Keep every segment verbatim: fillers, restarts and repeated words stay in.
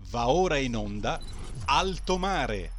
Va ora in onda Alto Mare.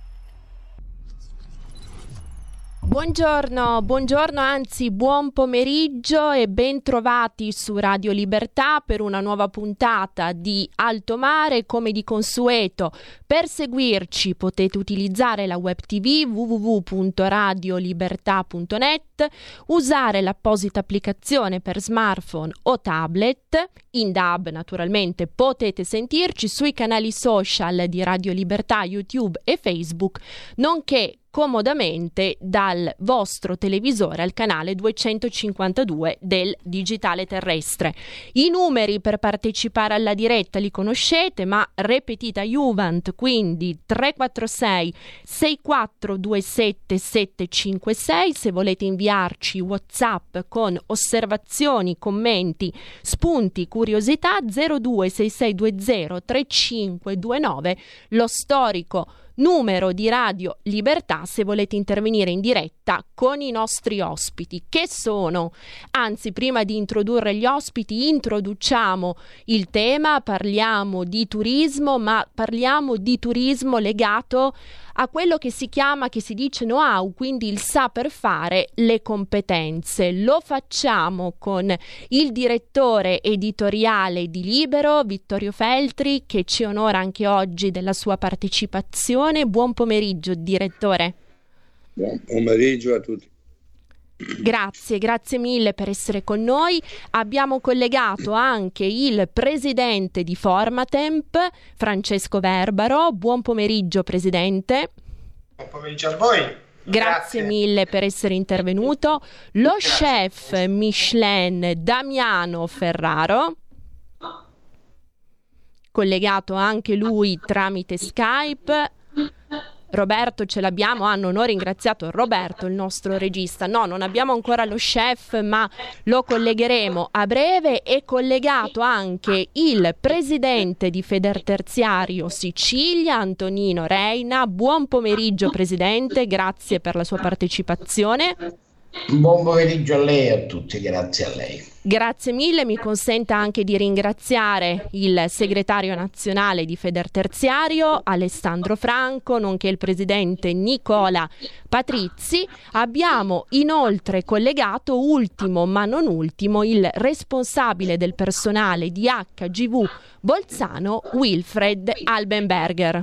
Buongiorno, buongiorno, anzi buon pomeriggio e ben trovati su Radio Libertà per una nuova puntata di Alto Mare. Come di consueto, per seguirci potete utilizzare la web tv w w w punto radio libertà punto net, usare l'apposita applicazione per smartphone o tablet. In D A B naturalmente potete sentirci sui canali social di Radio Libertà, YouTube e Facebook, nonché comodamente dal vostro televisore al canale duecentocinquantadue del digitale terrestre. I numeri per partecipare alla diretta li conoscete, ma repetita Juvent, quindi tre quattro sei sei quattro due sette sette cinque sei. Se volete inviarci WhatsApp con osservazioni, commenti, spunti, curiosità, zero due sei sei due zero tre cinque due nove, lo storico numero di Radio Libertà se volete intervenire in diretta con i nostri ospiti, che sono, anzi prima di introdurre gli ospiti introduciamo il tema, parliamo di turismo, ma parliamo di turismo legato a quello che si chiama, che si dice know-how, quindi il saper fare, le competenze. Lo facciamo con il direttore editoriale di Libero, Vittorio Feltri, che ci onora anche oggi della sua partecipazione. Buon pomeriggio, direttore. Buon pomeriggio a tutti. Grazie, grazie mille per essere con noi. Abbiamo collegato anche il presidente di Formatemp, Francesco Verbaro. Buon pomeriggio, presidente. Buon pomeriggio a voi. Grazie, Grazie mille per essere intervenuto. Lo Grazie. chef Michelin Damiano Ferraro, collegato anche lui tramite Skype. Roberto ce l'abbiamo, hanno onore ringraziato Roberto, il nostro regista. No, non abbiamo ancora lo chef, ma lo collegheremo a breve. È collegato anche il presidente di Federterziario Sicilia, Antonino Reina. Buon pomeriggio, presidente, grazie per la sua partecipazione. Buon pomeriggio a lei e a tutti, grazie a lei. Grazie mille, mi consenta anche di ringraziare il segretario nazionale di Federterziario Alessandro Franco, nonché il presidente Nicola Patrizi. Abbiamo inoltre collegato, ultimo ma non ultimo, il responsabile del personale di H G V Bolzano, Wilfred Albenberger.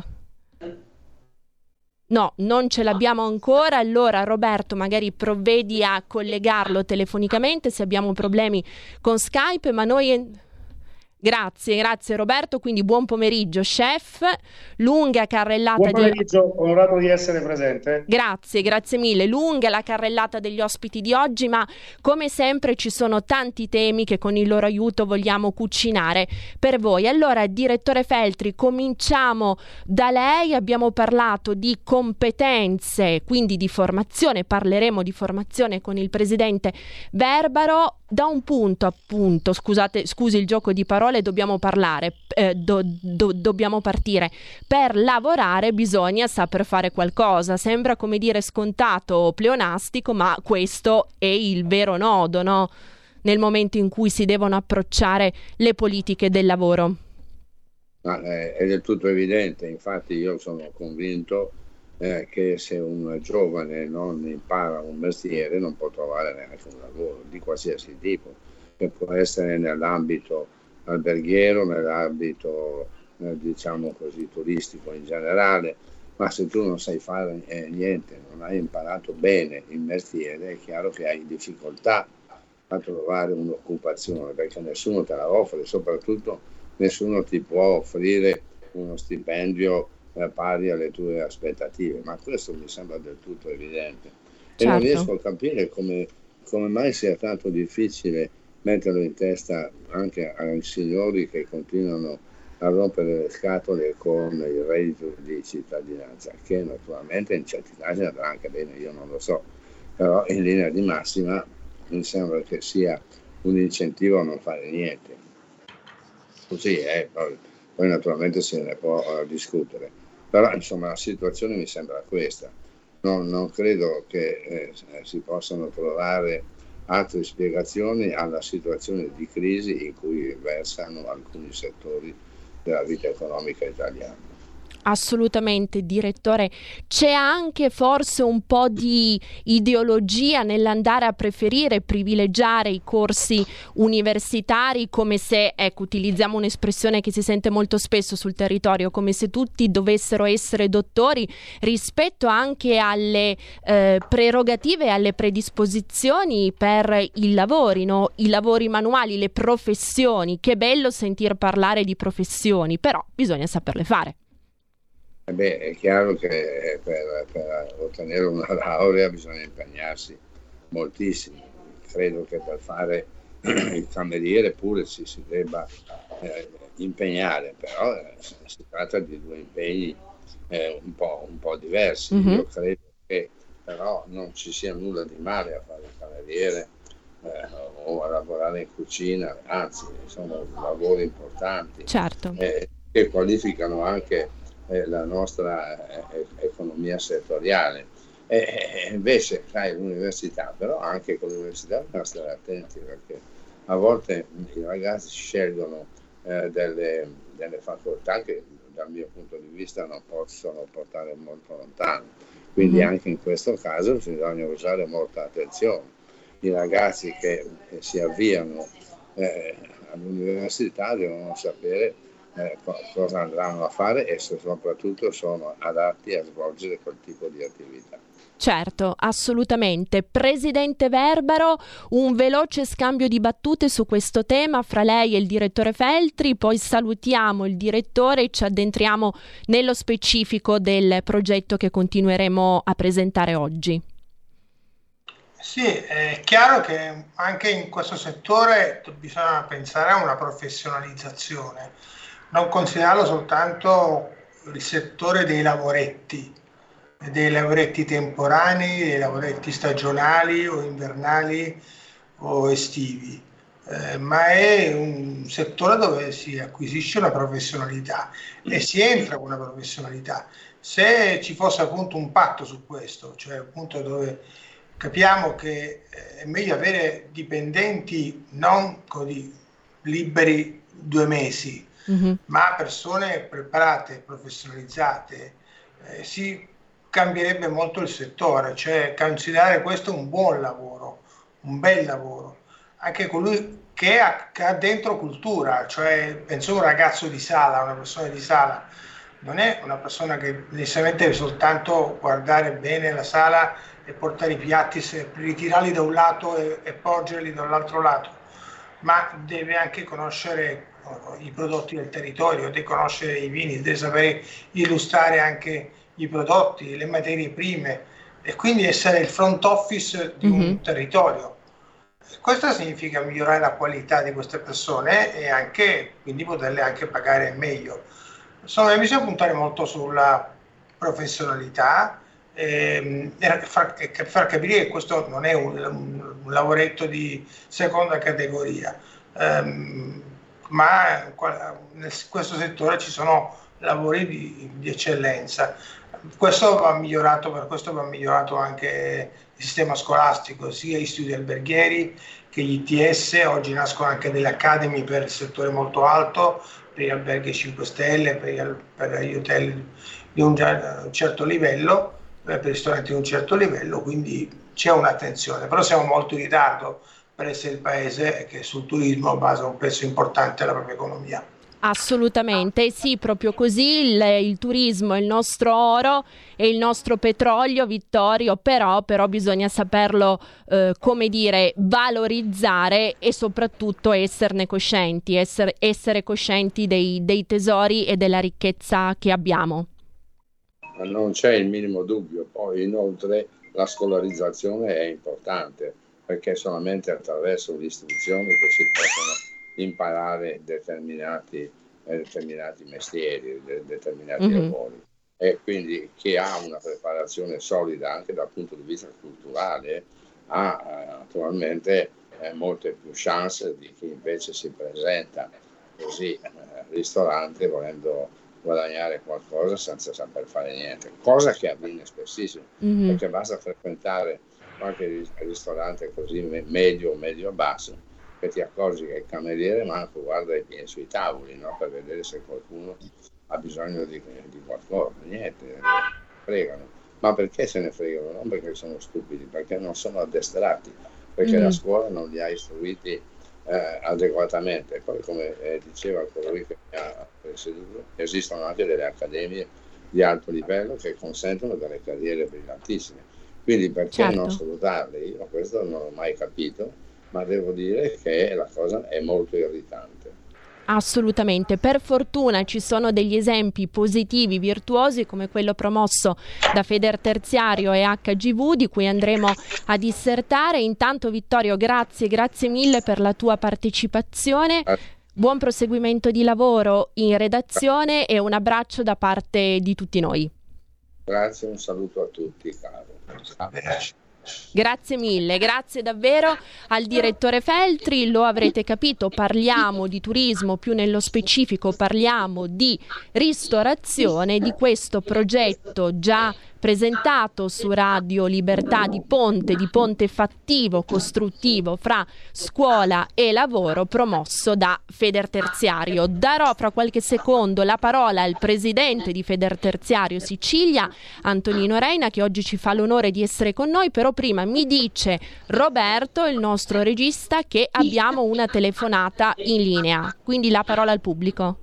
No, non ce l'abbiamo ancora. Allora Roberto, magari provvedi a collegarlo telefonicamente se abbiamo problemi con Skype, ma noi... Grazie, grazie Roberto, quindi buon pomeriggio chef, lunga carrellata Buon pomeriggio, di... onorato di essere presente. Grazie, grazie mille, lunga la carrellata degli ospiti di oggi, ma come sempre ci sono tanti temi che con il loro aiuto vogliamo cucinare per voi. Allora, direttore Feltri, cominciamo da lei. Abbiamo parlato di competenze, quindi di formazione, parleremo di formazione con il presidente Verbaro. Da un punto appunto, scusate, scusi il gioco di parole, dobbiamo parlare, eh, do, do, dobbiamo partire. Per lavorare bisogna saper fare qualcosa, sembra come dire scontato, pleonastico, ma questo è il vero nodo, no? Nel momento in cui si devono approcciare le politiche del lavoro. Ma, eh, è del tutto evidente, infatti io sono convinto eh, che se un giovane non impara un mestiere non può trovare neanche un lavoro di qualsiasi tipo, che può essere nell'ambito alberghiero, nell'ambito eh, diciamo così turistico in generale, ma se tu non sai fare eh, niente, non hai imparato bene il mestiere, è chiaro che hai difficoltà a trovare un'occupazione, perché nessuno te la offre, soprattutto nessuno ti può offrire uno stipendio eh, pari alle tue aspettative, ma questo mi sembra del tutto evidente. E Certo. non riesco a capire come, come mai sia tanto difficile metterlo in testa anche ai signori che continuano a rompere le scatole con il reddito di cittadinanza, che naturalmente in certi casi andrà anche bene, io non lo so, però in linea di massima mi sembra che sia un incentivo a non fare niente. Così è, poi, poi naturalmente se ne può uh, discutere, però insomma la situazione mi sembra questa. Non, non credo che eh, si possano trovare altre spiegazioni alla situazione di crisi in cui versano alcuni settori della vita economica italiana. Assolutamente, direttore. C'è anche forse un po' di ideologia nell'andare a preferire, privilegiare i corsi universitari, come se, ecco, utilizziamo un'espressione che si sente molto spesso sul territorio, come se tutti dovessero essere dottori, rispetto anche alle eh, prerogative e alle predisposizioni per i lavori, no? I lavori manuali, le professioni. Che bello sentir parlare di professioni, però bisogna saperle fare. Eh beh, è chiaro che per, per ottenere una laurea bisogna impegnarsi moltissimo. Credo che per fare il cameriere pure ci si debba eh, impegnare, però eh, si tratta di due impegni eh, un po', un po' diversi. Mm-hmm. Io credo che però non ci sia nulla di male a fare il cameriere eh, o a lavorare in cucina, anzi sono lavori importanti, certo. eh, che qualificano anche la nostra eh, economia settoriale. E, e invece sai, l'università, però anche con l'università bisogna stare attenti, perché a volte i ragazzi scelgono eh, delle, delle facoltà che dal mio punto di vista non possono portare molto lontano, quindi mm-hmm. anche in questo caso bisogna usare molta attenzione. I ragazzi che, che si avviano eh, all'università devono sapere Eh, cosa andranno a fare e se soprattutto sono adatti a svolgere quel tipo di attività. Certo, assolutamente. Presidente Verbaro, un veloce scambio di battute su questo tema fra lei e il direttore Feltri, poi salutiamo il direttore e ci addentriamo nello specifico del progetto che continueremo a presentare oggi. Sì, è chiaro che anche in questo settore bisogna pensare a una professionalizzazione, non considerarlo soltanto il settore dei lavoretti, dei lavoretti temporanei, dei lavoretti stagionali o invernali o estivi, eh, ma è un settore dove si acquisisce una professionalità e si entra con una professionalità. Se ci fosse appunto un patto su questo, cioè appunto dove capiamo che è meglio avere dipendenti non così liberi due mesi, Mm-hmm. ma persone preparate, professionalizzate, eh, si cambierebbe molto il settore, cioè considerare questo un buon lavoro, un bel lavoro, anche colui che ha, che ha dentro cultura, cioè penso a un ragazzo di sala, una persona di sala, non è una persona che necessariamente deve soltanto guardare bene la sala e portare i piatti, se, ritirarli da un lato e, e porgerli dall'altro lato, ma deve anche conoscere i prodotti del territorio, deve conoscere i vini, deve sapere illustrare anche i prodotti, le materie prime e quindi essere il front office di un mm-hmm. territorio. Questo significa migliorare la qualità di queste persone e anche quindi poterle anche pagare meglio. Insomma, bisogna puntare molto sulla professionalità e, e far, e far capire che questo non è un, un, un lavoretto di seconda categoria. Um, ma in questo settore ci sono lavori di, di eccellenza. Questo va migliorato, per questo va migliorato anche il sistema scolastico, sia gli studi alberghieri che gli I T S. Oggi nascono anche delle academy per il settore molto alto, per gli alberghi cinque stelle, per gli, per gli hotel di un, un certo livello, per i ristoranti di un certo livello, quindi c'è un'attenzione, però siamo molto in ritardo per essere il paese che sul turismo basa un pezzo importante della propria economia. Assolutamente, sì, proprio così, il, il turismo è il nostro oro e il nostro petrolio, Vittorio, però, però bisogna saperlo, eh, come dire, valorizzare e soprattutto esserne coscienti, essere, essere coscienti dei, dei tesori e della ricchezza che abbiamo. Non c'è il minimo dubbio, poi inoltre la scolarizzazione è importante, perché solamente attraverso l'istruzione che si possono imparare determinati, eh, determinati mestieri, de, determinati mm-hmm. lavori. E quindi chi ha una preparazione solida anche dal punto di vista culturale ha eh, naturalmente eh, molte più chance di chi invece si presenta così eh, al ristorante volendo guadagnare qualcosa senza saper fare niente, cosa che avviene spessissimo, mm-hmm. perché basta frequentare qualche ristorante così medio, medio basso, che ti accorgi che il cameriere manco guarda i piedi sui tavoli, no? Per vedere se qualcuno ha bisogno di, di qualcosa, niente, fregano. Ma perché se ne fregano? Non perché sono stupidi, perché non sono addestrati, perché mm-hmm. la scuola non li ha istruiti eh, adeguatamente. Poi, come eh, diceva colui che mi ha preceduto, esistono anche delle accademie di alto livello che consentono delle carriere brillantissime. Quindi perché certo. non sfruttarle? Io questo non l'ho mai capito, ma devo dire che la cosa è molto irritante. Assolutamente, per fortuna ci sono degli esempi positivi, virtuosi, come quello promosso da Federterziario e H G V, di cui andremo a dissertare. Intanto, Vittorio, grazie, grazie mille per la tua partecipazione. Buon proseguimento di lavoro in redazione e un abbraccio da parte di tutti noi. Grazie, un saluto a tutti, caro. Grazie mille, grazie davvero al direttore Feltri. Lo avrete capito, parliamo di turismo, più nello specifico parliamo di ristorazione, di questo progetto già presentato su Radio Libertà di ponte, di ponte fattivo, costruttivo fra scuola e lavoro, promosso da Federterziario. Darò fra qualche secondo la parola al presidente di Federterziario Sicilia, Antonino Reina, che oggi ci fa l'onore di essere con noi, però prima mi dice Roberto, il nostro regista, che abbiamo una telefonata in linea, quindi la parola al pubblico.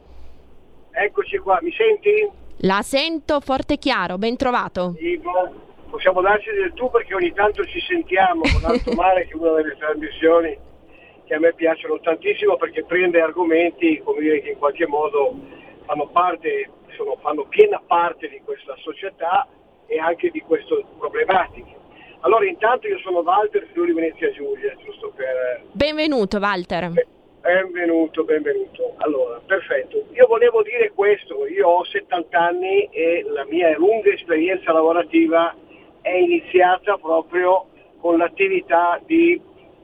Eccoci qua, mi senti? La sento forte e chiaro, ben trovato. Sì, possiamo darci del tu perché ogni tanto ci sentiamo con Alto Mare, che è una delle trasmissioni che a me piacciono tantissimo perché prende argomenti, come dire, che in qualche modo fanno parte, sono, fanno piena parte di questa società e anche di queste problematiche. Allora intanto io sono Walter Friuli Venezia Giulia, giusto per... Benvenuto Walter. Benvenuto, benvenuto. Allora, perfetto. Io volevo dire questo, io ho settanta anni e la mia lunga esperienza lavorativa è iniziata proprio con l'attività di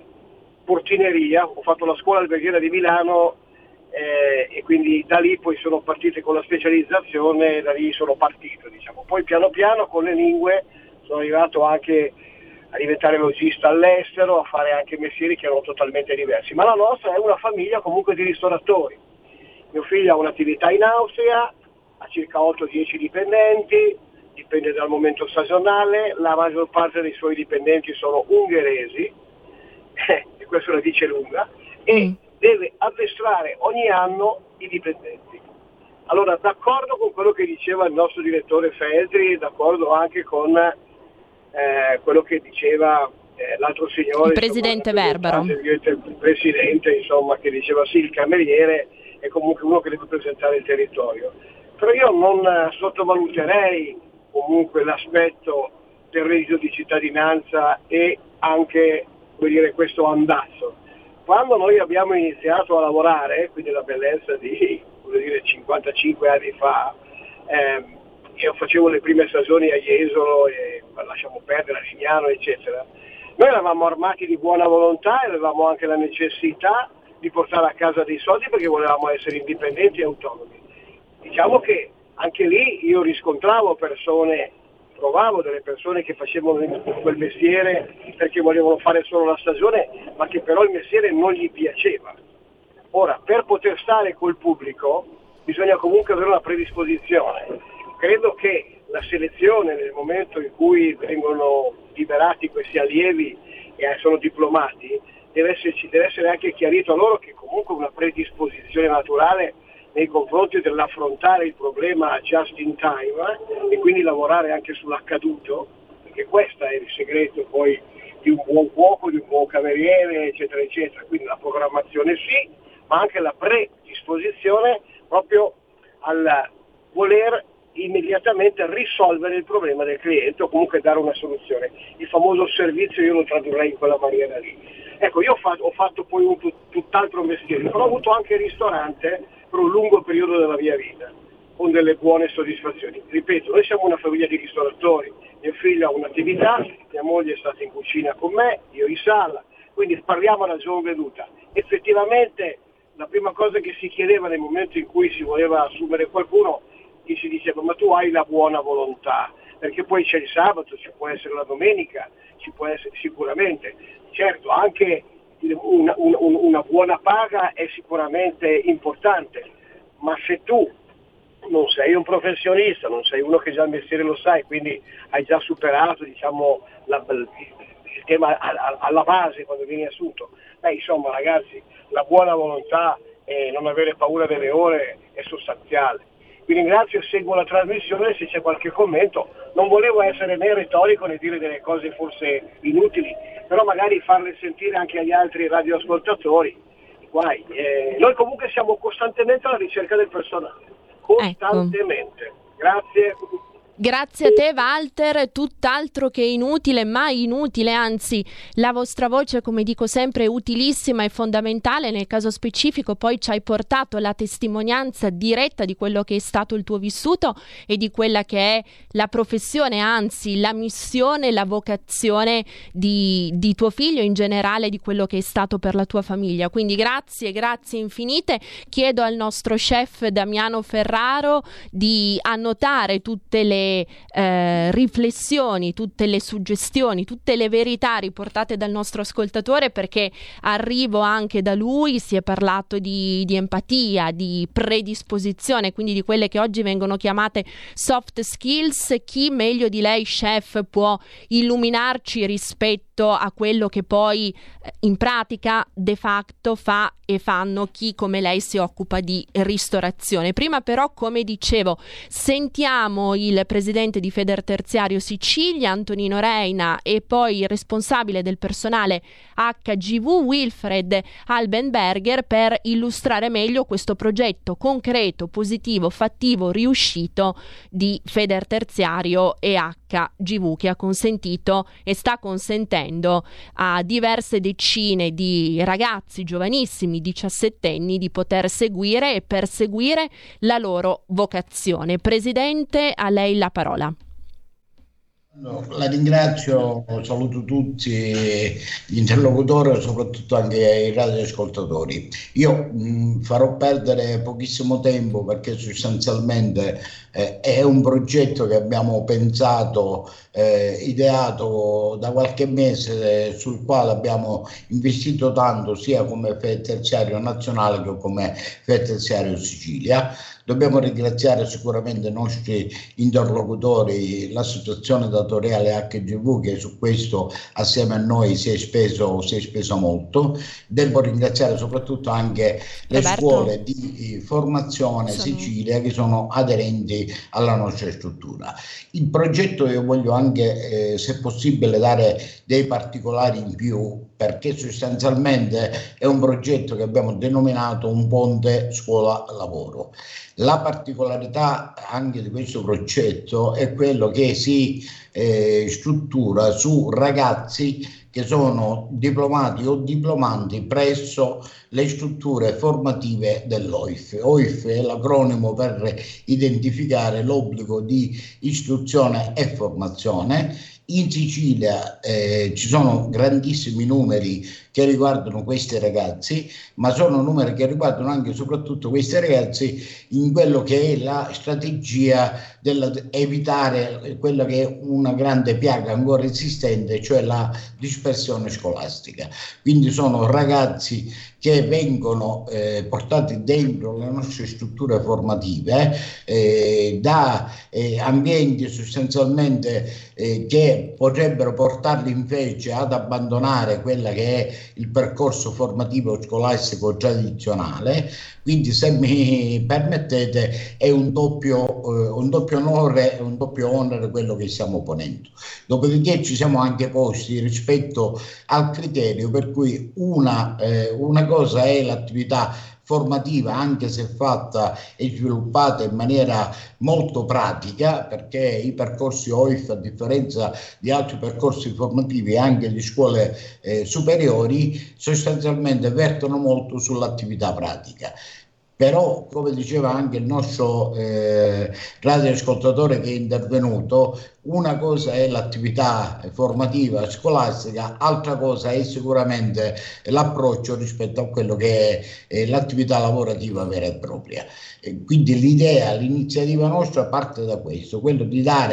portineria. Ho fatto la scuola alberghiera di Milano eh, e quindi da lì poi sono partite con la specializzazione e da lì sono partito, diciamo. Poi piano piano con le lingue sono arrivato anche a diventare logista all'estero, a fare anche mestieri che erano totalmente diversi, ma la nostra è una famiglia comunque di ristoratori. Mio figlio ha un'attività in Austria, ha circa otto dieci dipendenti, dipende dal momento stagionale, la maggior parte dei suoi dipendenti sono ungheresi, e questo la dice lunga, e mm. deve addestrare ogni anno i dipendenti. Allora, d'accordo con quello che diceva il nostro direttore Feltri, d'accordo anche con Eh, quello che diceva eh, l'altro signore, il presidente Verbaro, il presidente, insomma, che diceva sì, il cameriere è comunque uno che deve presentare il territorio, però io non eh, sottovaluterei comunque l'aspetto del reddito di cittadinanza e anche, come dire, questo andazzo. Quando noi abbiamo iniziato a lavorare, quindi la bellezza di, come dire, cinquantacinque anni fa, ehm, io facevo le prime stagioni a Jesolo e lasciamo perdere a Lignano, eccetera. Noi eravamo armati di buona volontà e avevamo anche la necessità di portare a casa dei soldi perché volevamo essere indipendenti e autonomi. Diciamo che anche lì io riscontravo persone, trovavo delle persone che facevano quel mestiere perché volevano fare solo la stagione, ma che però il mestiere non gli piaceva. Ora, per poter stare col pubblico bisogna comunque avere una predisposizione. Credo che la selezione, nel momento in cui vengono liberati questi allievi e sono diplomati, deve, esserci, deve essere anche chiarito a loro che comunque una predisposizione naturale nei confronti dell'affrontare il problema just in time eh, e quindi lavorare anche sull'accaduto, perché questo è il segreto poi di un buon cuoco, di un buon cameriere, eccetera, eccetera. Quindi la programmazione sì, ma anche la predisposizione proprio al voler immediatamente risolvere il problema del cliente o comunque dare una soluzione. Il famoso servizio io lo tradurrei in quella maniera lì. Ecco, io ho fatto, ho fatto poi un tut, tutt'altro mestiere, però ho avuto anche il ristorante per un lungo periodo della mia vita, con delle buone soddisfazioni. Ripeto, noi siamo una famiglia di ristoratori, mio figlio ha un'attività, mia moglie è stata in cucina con me, io in sala, quindi parliamo a ragion veduta. Effettivamente la prima cosa che si chiedeva nel momento in cui si voleva assumere qualcuno, che si diceva ma tu hai la buona volontà, perché poi c'è il sabato, ci può essere la domenica, ci può essere sicuramente, certo anche una, una, una buona paga è sicuramente importante, ma se tu non sei un professionista, non sei uno che già il mestiere lo sai, quindi hai già superato, diciamo, la, il tema alla base quando vieni assunto, beh, insomma, ragazzi, la buona volontà e non avere paura delle ore è sostanziale. Vi ringrazio, seguo la trasmissione, se c'è qualche commento. Non volevo essere né retorico né dire delle cose forse inutili, però magari farle sentire anche agli altri radioascoltatori. Guai. Eh, noi comunque siamo costantemente alla ricerca del personale, costantemente. Ecco. Grazie. Grazie a te Walter, tutt'altro che inutile, mai inutile, anzi la vostra voce, come dico sempre, è utilissima e fondamentale. Nel caso specifico poi ci hai portato la testimonianza diretta di quello che è stato il tuo vissuto e di quella che è la professione, anzi la missione, la vocazione di, di tuo figlio, in generale di quello che è stato per la tua famiglia. Quindi grazie, grazie infinite. Chiedo al nostro chef Damiano Ferraro di annotare tutte le Eh, riflessioni, tutte le suggestioni, tutte le verità riportate dal nostro ascoltatore, perché arrivo anche da lui. Si è parlato di, di empatia, di predisposizione, quindi di quelle che oggi vengono chiamate soft skills. Chi meglio di lei, chef, può illuminarci rispetto a quello che poi eh, in pratica de facto fa e fanno chi come lei si occupa di ristorazione. Prima però, come dicevo, sentiamo il presidente di Federterziario Sicilia, Antonino Reina, e poi il responsabile del personale acca gi vu, Wilfred Albenberger, per illustrare meglio questo progetto concreto, positivo, fattivo, riuscito di Federterziario e acca gi vu, che ha consentito e sta consentendo a diverse decine di ragazzi giovanissimi, diciassettenni, di poter seguire e perseguire la loro vocazione. Presidente, a lei la parola. No, la ringrazio, saluto tutti gli interlocutori e soprattutto anche i radioascoltatori. Io mh, farò perdere pochissimo tempo perché sostanzialmente eh, è un progetto che abbiamo pensato, eh, ideato da qualche mese, eh, sul quale abbiamo investito tanto sia come Federterziario Nazionale che come Federterziario Sicilia. Dobbiamo ringraziare sicuramente i nostri interlocutori, l'associazione datoriale acca gi vu, che su questo assieme a noi si è speso, si è speso molto. Devo ringraziare soprattutto anche le Roberto. scuole di formazione sono... Sicilia, che sono aderenti alla nostra struttura. Il progetto, io voglio anche, eh, se possibile, dare dei particolari in più, perché sostanzialmente è un progetto che abbiamo denominato un ponte scuola-lavoro. La particolarità anche di questo progetto è quello che si eh, struttura su ragazzi che sono diplomati o diplomanti presso le strutture formative dell'O I F. O I F è l'acronimo per identificare l'obbligo di istruzione e formazione. In Sicilia eh, ci sono grandissimi numeri che riguardano questi ragazzi, ma sono numeri che riguardano anche e soprattutto questi ragazzi in quello che è la strategia dell'evitare quella che è una grande piaga ancora esistente, cioè la dispersione scolastica. Quindi sono ragazzi che vengono eh, portati dentro le nostre strutture formative eh, da eh, ambienti sostanzialmente eh, che potrebbero portarli invece ad abbandonare quella che è il percorso formativo scolastico tradizionale. Quindi, se mi permettete, è un doppio, eh, un doppio onore, un doppio onere quello che stiamo ponendo. Dopodiché ci siamo anche posti rispetto al criterio per cui una, eh, una cosa è l'attività formativa, anche se fatta e sviluppata in maniera molto pratica, perché i percorsi O I F, a differenza di altri percorsi formativi anche di scuole eh, superiori, sostanzialmente vertono molto sull'attività pratica. Però, come diceva anche il nostro eh, radioascoltatore che è intervenuto, una cosa è l'attività formativa scolastica, altra cosa è sicuramente l'approccio rispetto a quello che è eh, l'attività lavorativa vera e propria. E quindi l'idea, l'iniziativa nostra parte da questo, quello di dare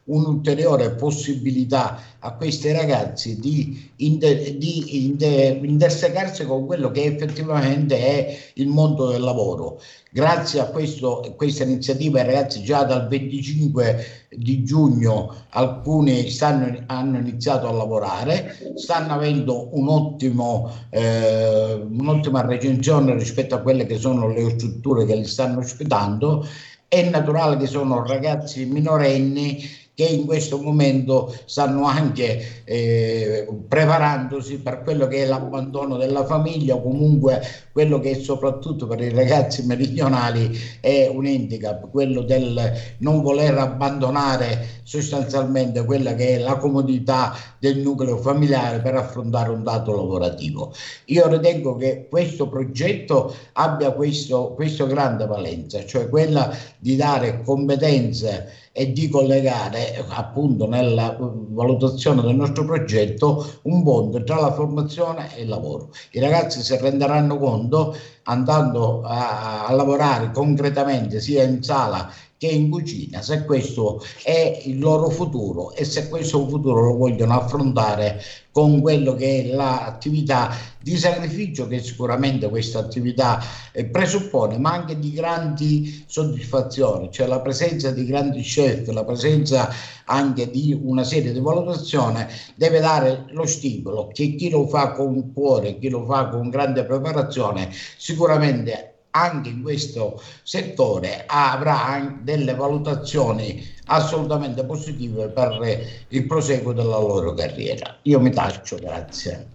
un'ulteriore possibilità a questi ragazzi di, inter, di inter, intersecarsi con quello che effettivamente è il mondo del lavoro. Grazie a questo, questa iniziativa, i ragazzi già dal venticinque di giugno alcuni stanno, hanno iniziato a lavorare, stanno avendo un ottimo, eh, un'ottima recensione rispetto a quelle che sono le strutture che li stanno ospitando. È naturale che sono ragazzi minorenni che in questo momento stanno anche eh, preparandosi per quello che è l'abbandono della famiglia, o comunque quello che è soprattutto per i ragazzi meridionali è un handicap, quello del non voler abbandonare sostanzialmente quella che è la comodità del nucleo familiare per affrontare un dato lavorativo. Io ritengo che questo progetto abbia questo, questo grande valenza, cioè quella di dare competenze e di collegare appunto nella valutazione del nostro progetto un ponte tra la formazione e il lavoro. I ragazzi si renderanno conto, andando a, a lavorare concretamente sia in sala che in cucina, se questo è il loro futuro e se questo futuro lo vogliono affrontare con quello che è l'attività di sacrificio che sicuramente questa attività eh, presuppone, ma anche di grandi soddisfazioni, cioè la presenza di grandi chef, la presenza anche di una serie di valutazioni deve dare lo stimolo che chi lo fa con cuore, chi lo fa con grande preparazione, sicuramente anche in questo settore avrà delle valutazioni assolutamente positive per il proseguo della loro carriera. Io mi taccio, grazie.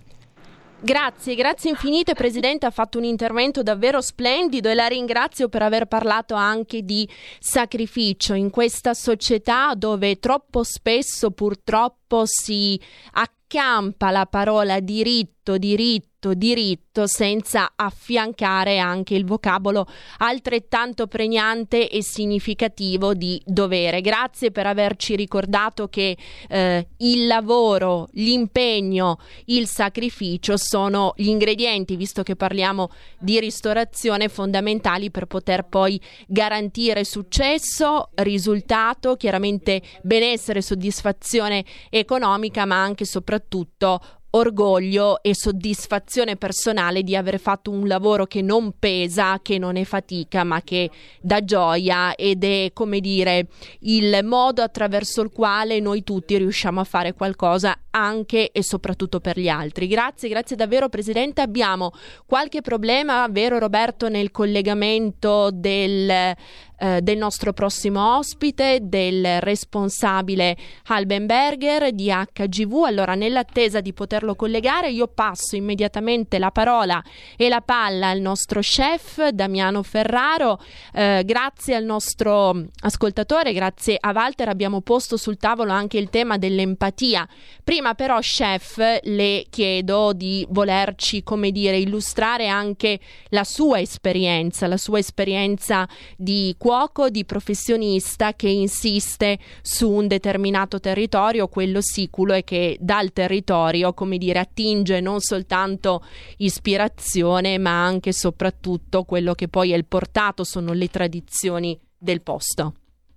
Grazie, grazie infinite Presidente, ha fatto un intervento davvero splendido e la ringrazio per aver parlato anche di sacrificio in questa società dove troppo spesso purtroppo si accampa la parola diritto, diritto, diritto senza affiancare anche il vocabolo altrettanto pregnante e significativo di dovere. Grazie per averci ricordato che eh, il lavoro, l'impegno, il sacrificio sono gli ingredienti, visto che parliamo di ristorazione, fondamentali per poter poi garantire successo, risultato, chiaramente benessere, soddisfazione economica, ma anche e soprattutto orgoglio e soddisfazione personale di aver fatto un lavoro che non pesa, che non è fatica, ma che dà gioia ed è, come dire, il modo attraverso il quale noi tutti riusciamo a fare qualcosa anche e soprattutto per gli altri. Grazie, grazie davvero Presidente. Abbiamo qualche problema, vero Roberto, nel collegamento del eh, del nostro prossimo ospite, del responsabile Halbenberger di H G V. Allora, nell'attesa di poterlo collegare, io passo immediatamente la parola e la palla al nostro chef Damiano Ferraro. Eh, grazie al nostro ascoltatore, grazie a Walter, abbiamo posto sul tavolo anche il tema dell'empatia. Prima però, chef, le chiedo di volerci, come dire, illustrare anche la sua esperienza, la sua esperienza di cuoco, di professionista che insiste su un determinato territorio, quello siculo, e che dal territorio, come dire, attinge non soltanto ispirazione, ma anche e soprattutto quello che poi è il portato, sono le tradizioni del posto.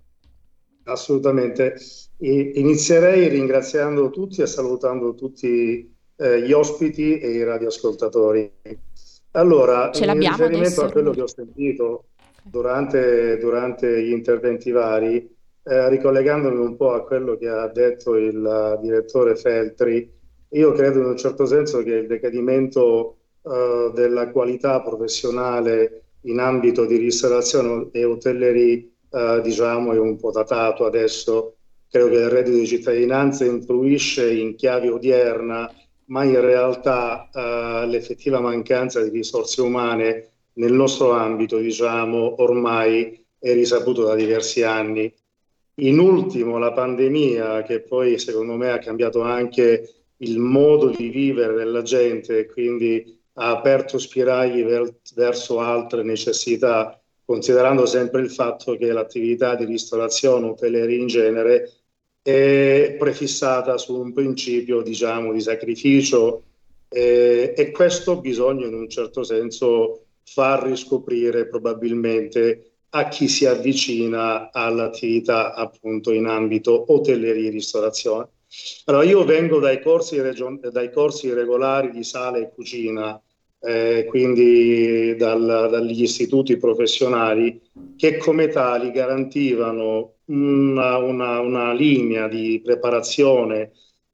Assolutamente. Inizierei ringraziando tutti e salutando tutti eh, gli ospiti e i radioascoltatori. Allora, Ce in riferimento adesso, a quello che ho sentito durante, durante gli interventi vari, eh, ricollegandomi un po' a quello che ha detto il uh, direttore Feltri, io credo in un certo senso che il decadimento uh, della qualità professionale in ambito di ristorazione e hotellerie Uh, diciamo è un po' datato adesso. Credo che il reddito di cittadinanza influisce in chiave odierna, ma in realtà uh, l'effettiva mancanza di risorse umane nel nostro ambito, diciamo, ormai è risaputo da diversi anni. In ultimo la pandemia, che poi secondo me ha cambiato anche il modo di vivere della gente e quindi ha aperto spiragli ver- verso altre necessità, considerando sempre il fatto che l'attività di ristorazione, hotellerie in genere, è prefissata su un principio, diciamo, di sacrificio eh, e questo bisogna in un certo senso far riscoprire probabilmente a chi si avvicina all'attività appunto in ambito hotelleria e ristorazione. Allora, io vengo dai corsi, region- dai corsi regolari di sala e cucina, eh, quindi dal- dagli istituti professionali che come tali garantivano una, una- una linea di preparazione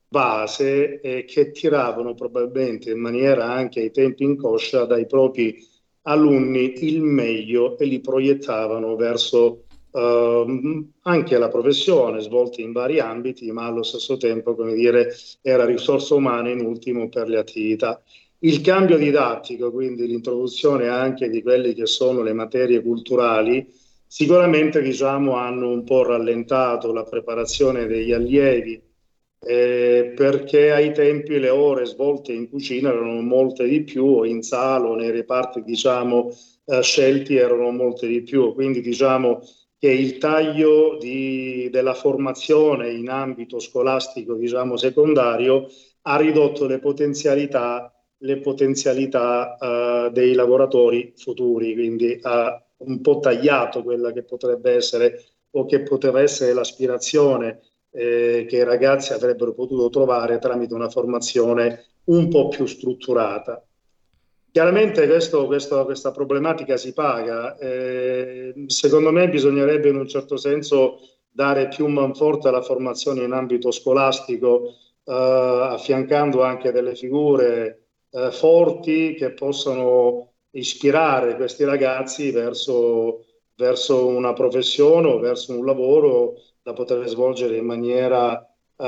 base eh, che tiravano probabilmente in maniera anche ai tempi inconscia dai propri alunni il meglio e li proiettavano verso Uh, anche la professione svolta in vari ambiti, ma allo stesso tempo, come dire, era risorsa umana in ultimo per le attività. Il cambio didattico, quindi l'introduzione anche di quelle che sono le materie culturali, sicuramente diciamo hanno un po' rallentato la preparazione degli allievi, eh, perché ai tempi le ore svolte in cucina erano molte di più, o in sala o nei reparti diciamo eh, scelti erano molte di più, quindi diciamo che il taglio di, della formazione in ambito scolastico, diciamo secondario, ha ridotto le potenzialità, le potenzialità uh, dei lavoratori futuri, quindi ha un po' tagliato quella che potrebbe essere o che poteva essere l'aspirazione eh, che i ragazzi avrebbero potuto trovare tramite una formazione un po' più strutturata. Chiaramente questo, questo, questa problematica si paga. Eh, secondo me bisognerebbe in un certo senso dare più manforte alla formazione in ambito scolastico, eh, affiancando anche delle figure eh, forti che possano ispirare questi ragazzi verso, verso una professione o verso un lavoro da poter svolgere in maniera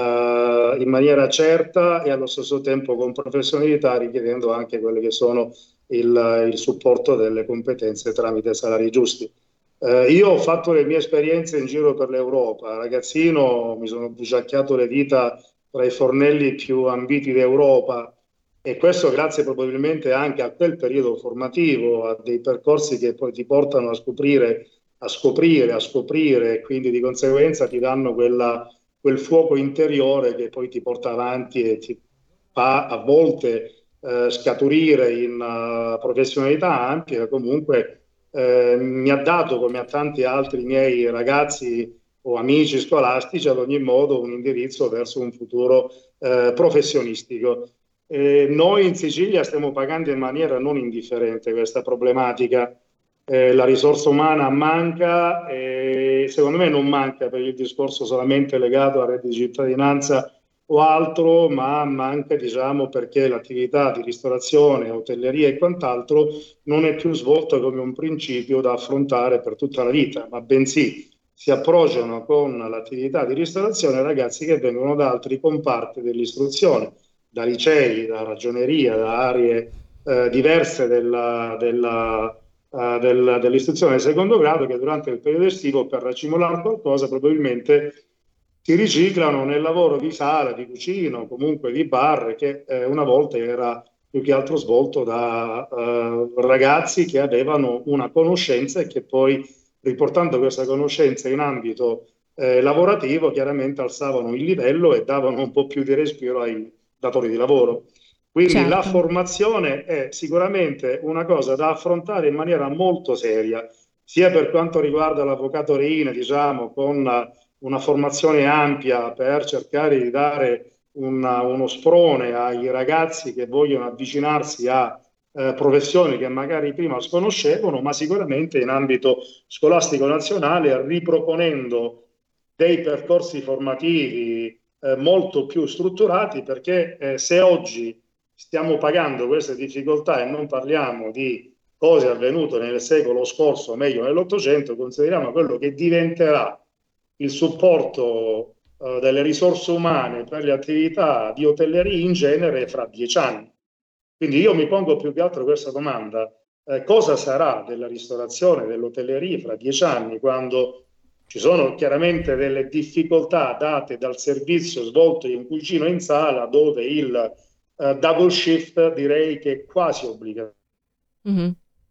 Uh, in maniera certa e allo stesso tempo con professionalità, richiedendo anche quelli che sono il, il supporto delle competenze tramite salari giusti. Uh, io ho fatto le mie esperienze in giro per l'Europa, ragazzino mi sono bruciacchiato le dita tra i fornelli più ambiti d'Europa, e questo grazie probabilmente anche a quel periodo formativo, a dei percorsi che poi ti portano a scoprire, a scoprire, a scoprire e quindi di conseguenza ti danno quella quel fuoco interiore che poi ti porta avanti e ti fa a volte eh, scaturire in uh, professionalità ampie. Comunque eh, mi ha dato, come a tanti altri miei ragazzi o amici scolastici, ad ogni modo un indirizzo verso un futuro eh, professionistico. Eh, noi in Sicilia stiamo pagando in maniera non indifferente questa problematica. Eh, la risorsa umana manca e secondo me non manca per il discorso solamente legato a reddito di cittadinanza o altro, ma manca diciamo perché l'attività di ristorazione, hotelleria e quant'altro non è più svolta come un principio da affrontare per tutta la vita, ma bensì si approcciano con l'attività di ristorazione ragazzi che vengono da altri comparti dell'istruzione, da licei, da ragioneria, da aree eh, diverse della, della Uh, del, dell'istruzione di secondo grado, che durante il periodo estivo per racimolare qualcosa probabilmente si riciclano nel lavoro di sala, di cucina o comunque di bar che eh, una volta era più che altro svolto da uh, ragazzi che avevano una conoscenza e che poi riportando questa conoscenza in ambito eh, lavorativo chiaramente alzavano il livello e davano un po' più di respiro ai datori di lavoro. Quindi certo. La formazione è sicuramente una cosa da affrontare in maniera molto seria, sia per quanto riguarda l'avvocatorina, diciamo, con una formazione ampia per cercare di dare una, uno sprone ai ragazzi che vogliono avvicinarsi a eh, professioni che magari prima sconoscevano, ma sicuramente in ambito scolastico nazionale riproponendo dei percorsi formativi eh, molto più strutturati, perché eh, se oggi stiamo pagando queste difficoltà e non parliamo di cose avvenute nel secolo scorso, o meglio nell'Ottocento, consideriamo quello che diventerà il supporto eh, delle risorse umane per le attività di hotelleria in genere fra dieci anni. Quindi io mi pongo più che altro questa domanda: eh, cosa sarà della ristorazione, dell'hotelleria fra dieci anni, quando ci sono chiaramente delle difficoltà date dal servizio svolto in cucina o in sala, dove il Uh, double shift direi che è quasi obbligatorio. Mm-hmm.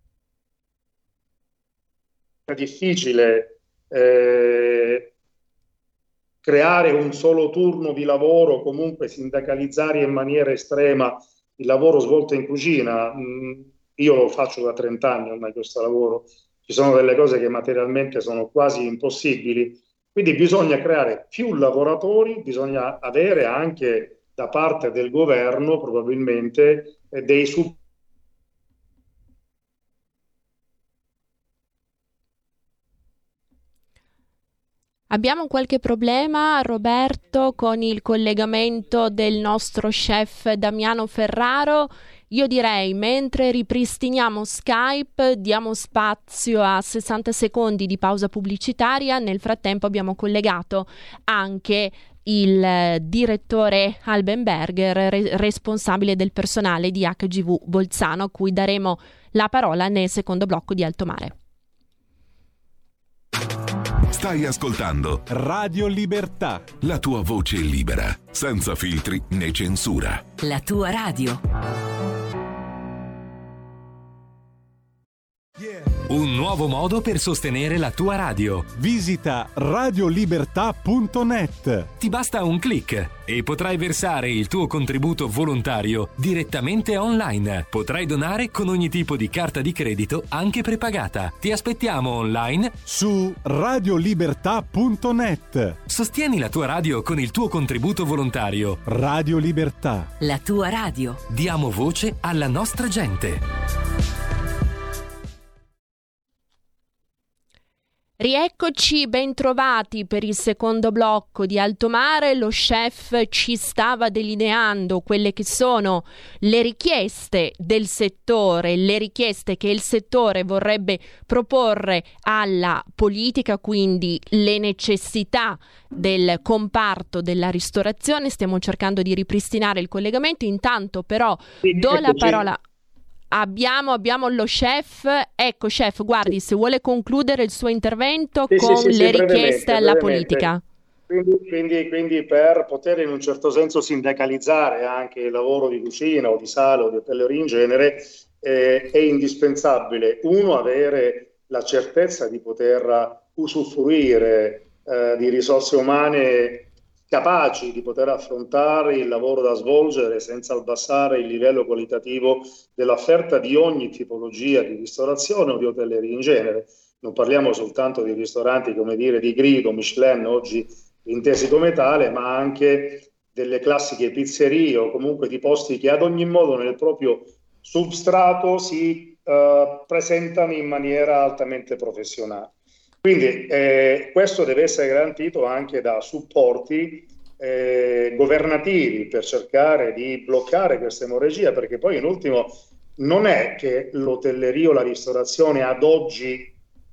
È difficile eh, creare un solo turno di lavoro, comunque sindacalizzare in maniera estrema il lavoro svolto in cucina. Mm, io lo faccio da trenta anni ormai questo lavoro ci sono delle cose che materialmente sono quasi impossibili. Quindi bisogna creare più lavoratori, bisogna avere anche da parte del governo probabilmente eh, dei supporti. Abbiamo qualche problema, Roberto, con il collegamento del nostro chef Damiano Ferraro. Io direi, mentre ripristiniamo Skype, diamo spazio a sessanta secondi di pausa pubblicitaria. Nel frattempo abbiamo collegato anche il direttore Albenberger, re- responsabile del personale di H G V Bolzano, a cui daremo la parola nel secondo blocco di Alto Mare. Stai ascoltando Radio Libertà, la tua voce libera, senza filtri né censura. La tua radio. Un nuovo modo per sostenere la tua radio. visita radiolibertà punto net. Ti basta un click e potrai versare il tuo contributo volontario direttamente online. Potrai donare con ogni tipo di carta di credito, anche prepagata. Ti aspettiamo online su radiolibertà punto net. Sostieni la tua radio con il tuo contributo volontario. Radio Libertà. La tua radio. Diamo voce alla nostra gente. Rieccoci, ben trovati per il secondo blocco di Alto Mare. Lo chef ci stava delineando quelle che sono le richieste del settore, le richieste che il settore vorrebbe proporre alla politica, quindi le necessità del comparto della ristorazione. Stiamo cercando di ripristinare il collegamento, intanto però do la parola. Abbiamo, abbiamo lo chef. Ecco, chef, guardi, se vuole concludere il suo intervento sì, con sì, sì, le sì, richieste alla brevemente. politica. Quindi, quindi, quindi per poter in un certo senso sindacalizzare anche il lavoro di cucina o di sala o di hotelleria in genere, eh, è indispensabile, uno, avere la certezza di poter usufruire eh, di risorse umane capaci di poter affrontare il lavoro da svolgere senza abbassare il livello qualitativo dell'offerta di ogni tipologia di ristorazione o di hotelleria in genere. Non parliamo soltanto di ristoranti, come dire, di grido, Michelin, oggi intesi come tale, ma anche delle classiche pizzerie o comunque di posti che ad ogni modo nel proprio substrato si uh, presentano in maniera altamente professionale. Quindi eh, questo deve essere garantito anche da supporti eh, governativi per cercare di bloccare questa emorragia, perché poi in ultimo non è che l'hotelleria o la ristorazione ad oggi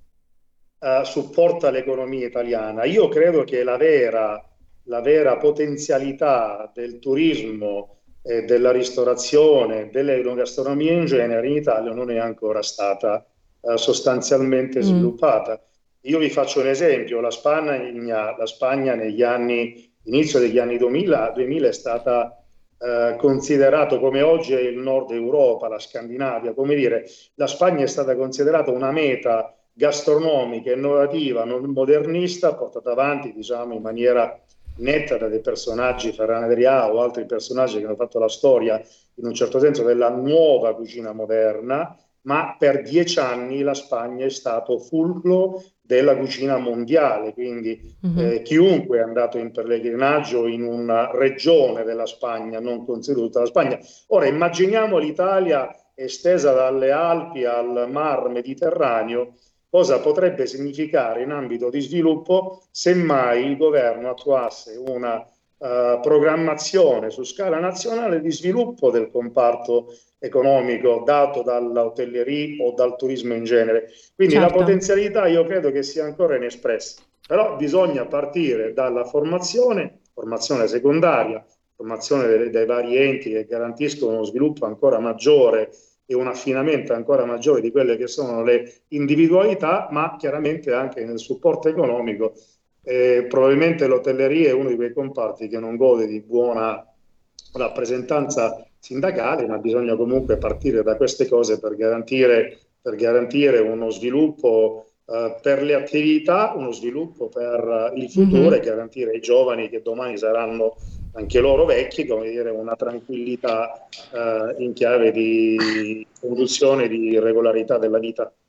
eh, supporta l'economia italiana. Io credo che la vera, la vera potenzialità del turismo, eh, della ristorazione, dell'enogastronomia in genere in Italia non è ancora stata eh, sostanzialmente mm. sviluppata. Io vi faccio un esempio: la Spagna, la Spagna negli anni, inizio degli anni duemila, duemila è stata eh, considerato, come oggi è il nord Europa, la Scandinavia, come dire, la Spagna è stata considerata una meta gastronomica, innovativa, modernista, portata avanti, diciamo, in maniera netta da dei personaggi, Ferran Adrià o altri personaggi che hanno fatto la storia, in un certo senso, della nuova cucina moderna. Ma per dieci anni la Spagna è stato fulcro della cucina mondiale, quindi uh-huh. eh, chiunque è andato in pellegrinaggio in una regione della Spagna, non considero tutta la Spagna. Ora immaginiamo l'Italia estesa dalle Alpi al Mar Mediterraneo, cosa potrebbe significare in ambito di sviluppo se mai il governo attuasse una uh, programmazione su scala nazionale di sviluppo del comparto economico dato dall'hotelleria o dal turismo in genere. Quindi certo. La potenzialità io credo che sia ancora inespressa, però bisogna partire dalla formazione, formazione secondaria, formazione dei, dei vari enti che garantiscono uno sviluppo ancora maggiore e un affinamento ancora maggiore di quelle che sono le individualità, ma chiaramente anche nel supporto economico. Eh, probabilmente l'hotelleria è uno di quei comparti che non gode di buona rappresentanza sindacale, ma bisogna comunque partire da queste cose per garantire, per garantire uno sviluppo uh, per le attività, uno sviluppo per uh, il futuro mm-hmm. e garantire ai giovani che domani saranno anche loro vecchi, come dire, una tranquillità uh, in chiave di conduzione, di regolarità della vita.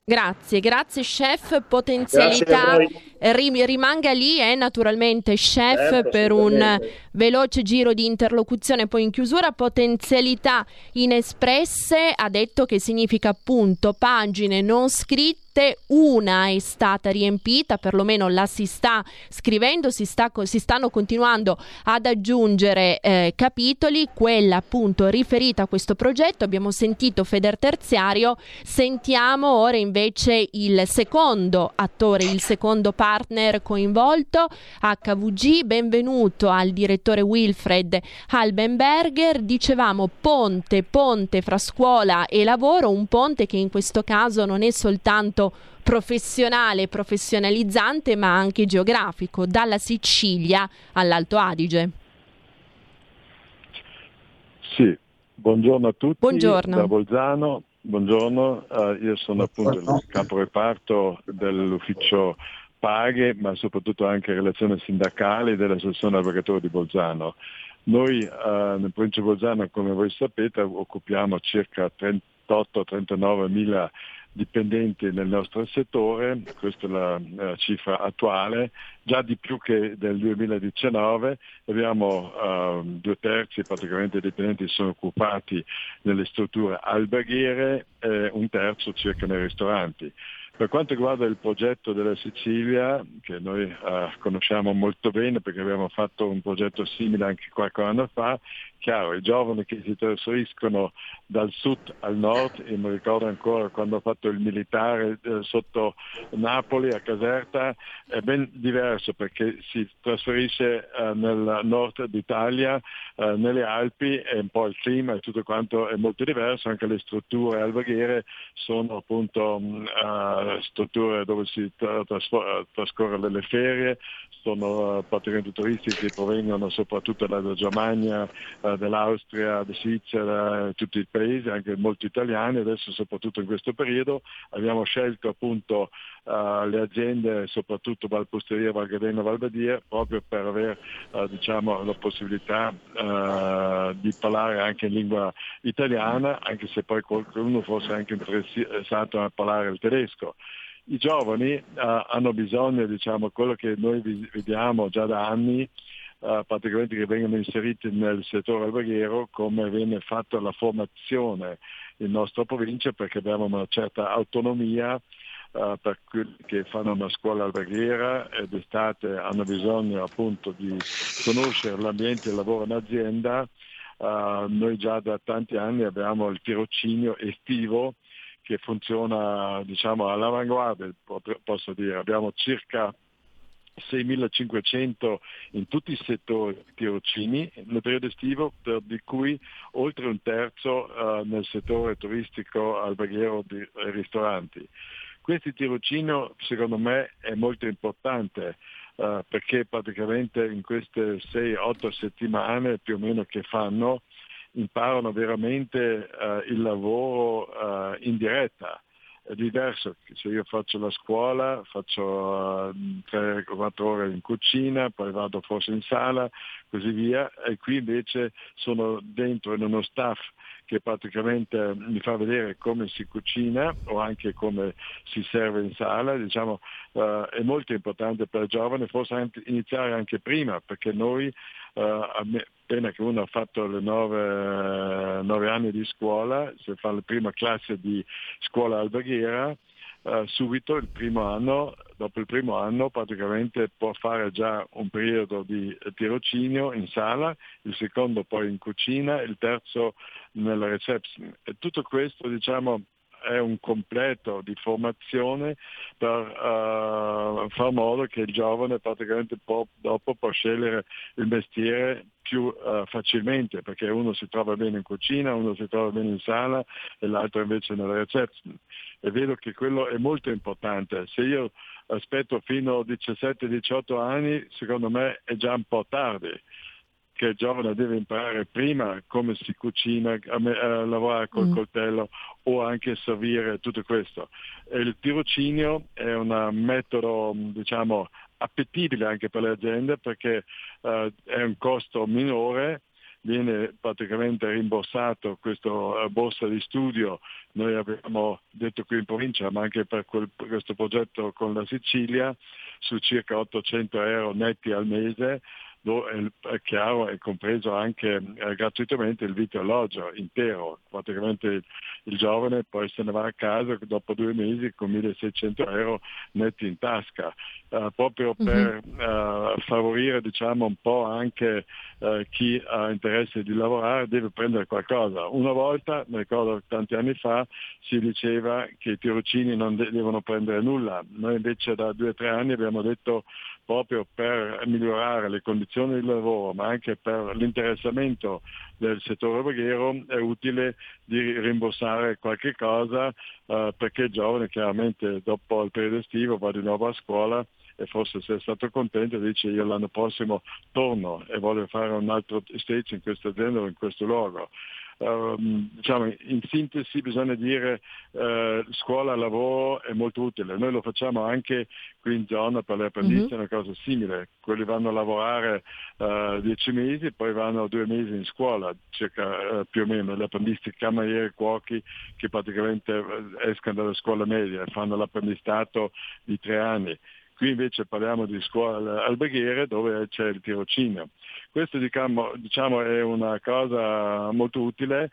Grazie, grazie chef, potenzialità rim- rimanga lì eh, naturalmente chef certo, per un veloce giro di interlocuzione poi in chiusura. Potenzialità inespresse ha detto che significa appunto pagine non scritte, una è stata riempita, perlomeno la si sta scrivendo, si, sta, si stanno continuando ad aggiungere eh, capitoli, quella appunto riferita a questo progetto. Abbiamo sentito Federterziario, sentiamo ora invece il secondo attore, il secondo partner coinvolto, H V G. Benvenuto al direttore Wilfred Halbenberger. Dicevamo ponte, ponte fra scuola e lavoro, un ponte che in questo caso non è soltanto professionale, professionalizzante, ma anche geografico, dalla Sicilia all'Alto Adige. Sì, buongiorno a tutti. Buongiorno. Da Bolzano. Buongiorno, uh, io sono appunto il caporeparto dell'ufficio paghe, ma soprattutto anche relazioni sindacali dell'Associazione Avvocatori di Bolzano. Noi uh, nel provincia di Bolzano, come voi sapete, occupiamo circa trentotto trentanove mila dipendenti nel nostro settore, questa è la, la cifra attuale, già di più che del duemiladiciannove. Abbiamo uh, due terzi praticamente dei dipendenti sono occupati nelle strutture alberghiere e un terzo circa nei ristoranti. Per quanto riguarda il progetto della Sicilia, che noi uh, conosciamo molto bene perché abbiamo fatto un progetto simile anche qualche anno fa, chiaro, i giovani che si trasferiscono dal sud al nord, e mi ricordo ancora quando ho fatto il militare eh, sotto Napoli a Caserta, è ben diverso perché si trasferisce eh, nel nord d'Italia, eh, nelle Alpi, e un po' il clima e tutto quanto è molto diverso, anche le strutture alberghiere sono appunto uh, strutture dove si tra- trasfor- trascorrono le ferie, sono uh, praticamente turisti che provengono soprattutto dalla Germania, uh, dell'Austria, della Svizzera, tutti i paesi, anche molti italiani. Adesso soprattutto in questo periodo abbiamo scelto appunto uh, le aziende, soprattutto Valposteria, Val Gardena, Val Badia, proprio per avere uh, diciamo la possibilità uh, di parlare anche in lingua italiana, anche se poi qualcuno fosse anche interessato a parlare il tedesco. I giovani uh, hanno bisogno, diciamo, quello che noi vediamo già da anni, uh, praticamente che vengono inseriti nel settore alberghiero, come viene fatta la formazione in nostra provincia, perché abbiamo una certa autonomia uh, per quelli che fanno una scuola alberghiera e d'estate hanno bisogno appunto di conoscere l'ambiente di lavoro in azienda. Uh, noi già da tanti anni abbiamo il tirocinio estivo che funziona, diciamo, all'avanguardia, posso dire. Abbiamo circa seimilacinquecento in tutti i settori tirocini nel periodo estivo, di cui oltre un terzo uh, nel settore turistico, alberghiero e ristoranti. Questo tirocinio secondo me è molto importante uh, perché praticamente in queste sei otto settimane più o meno che fanno imparano veramente uh, il lavoro uh, in diretta. È diverso se io faccio la scuola, faccio tre o quattro ore in cucina, poi vado forse in sala, così via, e qui invece sono dentro in uno staff che praticamente mi fa vedere come si cucina o anche come si serve in sala. Diciamo, uh, è molto importante per il giovane forse anche iniziare anche prima, perché noi uh, appena che uno ha fatto le nove, nove anni di scuola, se fa la prima classe di scuola alberghiera, Uh, subito il primo anno, dopo il primo anno praticamente può fare già un periodo di tirocinio in sala, il secondo poi in cucina, il terzo nella reception. E tutto questo, diciamo, è un completo di formazione per uh, far modo che il giovane praticamente può, dopo può scegliere il mestiere più uh, facilmente, perché uno si trova bene in cucina, uno si trova bene in sala e l'altro invece nella reception. E vedo che quello è molto importante. Se io aspetto fino a diciassette diciotto anni, secondo me è già un po' tardi, che il giovane deve imparare prima come si cucina, a, me, a lavorare col mm. coltello o anche servire tutto questo. E il tirocinio è un metodo, diciamo, appetibile anche per le aziende, perché uh, è un costo minore viene praticamente rimborsato questo borsa di studio. Noi abbiamo detto qui in provincia, ma anche per, quel, per questo progetto con la Sicilia, su circa ottocento euro netti al mese, dove è chiaro, è compreso anche eh, gratuitamente il vitto e alloggio intero. Praticamente il, il giovane poi se ne va a casa dopo due mesi con milleseicento euro netti in tasca, eh, proprio per uh-huh. eh, favorire, diciamo, un po' anche eh, chi ha interesse di lavorare deve prendere qualcosa. Una volta, mi ricordo tanti anni fa, si diceva che i tirocini non de- devono prendere nulla. Noi invece da due o tre anni abbiamo detto, proprio per migliorare le condizioni di lavoro, ma anche per l'interessamento del settore alberghiero, è utile di rimborsare qualche cosa, eh, perché il giovane chiaramente dopo il periodo estivo va di nuovo a scuola e forse se è stato contento dice io l'anno prossimo torno e voglio fare un altro stage in questa azienda o in questo luogo. Uh, diciamo, in sintesi bisogna dire uh, scuola lavoro è molto utile. Noi lo facciamo anche qui in zona per le apprendisti, mm-hmm. è una cosa simile. Quelli vanno a lavorare uh, dieci mesi, poi vanno due mesi in scuola, circa uh, più o meno, gli apprendisti camerieri, cuochi che praticamente escono dalla scuola media e fanno l'apprendistato di tre anni. Qui invece parliamo di scuola alberghiere dove c'è il tirocinio. Questo diciamo, diciamo è una cosa molto utile.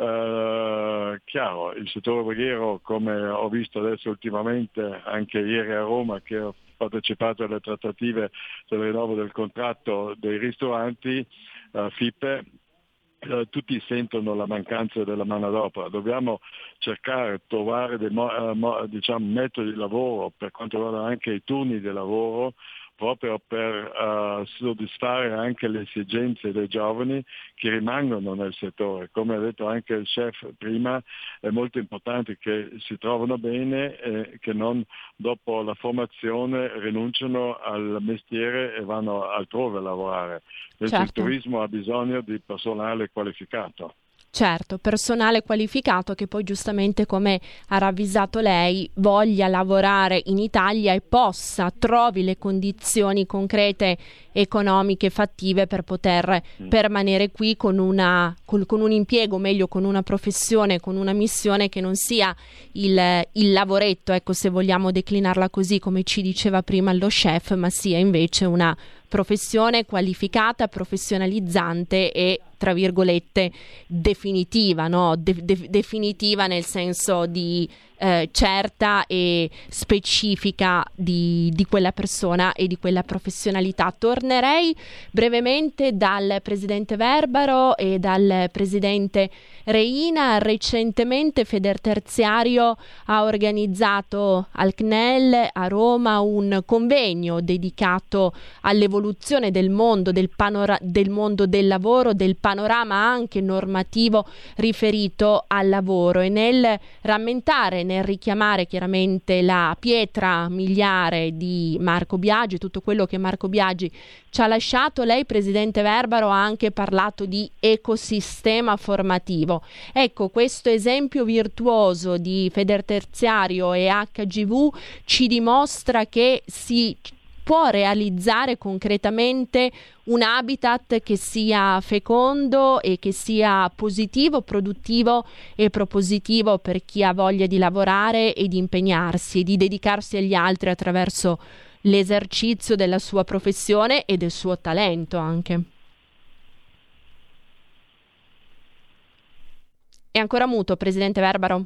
Uh, chiaro, il settore alberghiero, come ho visto adesso ultimamente, anche ieri a Roma che ho partecipato alle trattative del rinnovo del contratto dei ristoranti, uh, FIPE, Uh, tutti sentono la mancanza della manodopera. Dobbiamo cercare di trovare dei mo- uh, mo- diciamo, metodi di lavoro per quanto riguarda anche i turni di lavoro, proprio per uh, soddisfare anche le esigenze dei giovani che rimangono nel settore. Come ha detto anche il chef prima, è molto importante che si trovano bene e che non dopo la formazione rinunciano al mestiere e vanno altrove a lavorare. Certo. Il turismo ha bisogno di personale qualificato. Certo, personale qualificato che poi giustamente, come ha ravvisato lei, voglia lavorare in Italia e possa, trovi le condizioni concrete, economiche, fattive per poter mm. permanere qui con, una, con, con un impiego, meglio con una professione, con una missione che non sia il, il lavoretto, ecco, se vogliamo declinarla così come ci diceva prima lo chef, ma sia invece una professione qualificata, professionalizzante e tra virgolette definitiva, no? De- de- definitiva nel senso di eh, certa e specifica di, di quella persona e di quella professionalità. Tornerei brevemente dal presidente Verbaro e dal presidente Reina. Recentemente Federterziario ha organizzato al C N E L a Roma un convegno dedicato all'evoluzione del mondo, del, panora- del mondo del lavoro, del panorama anche normativo riferito al lavoro, e nel rammentare, nel richiamare chiaramente la pietra miliare di Marco Biagi, tutto quello che Marco Biagi ci ha lasciato, lei, presidente Verbaro, ha anche parlato di ecosistema formativo. Ecco, questo esempio virtuoso di Federterziario e H G V ci dimostra che si può realizzare concretamente un habitat che sia fecondo e che sia positivo, produttivo e propositivo per chi ha voglia di lavorare e di impegnarsi e di dedicarsi agli altri attraverso l'esercizio della sua professione e del suo talento anche. È ancora muto, presidente Verbaro?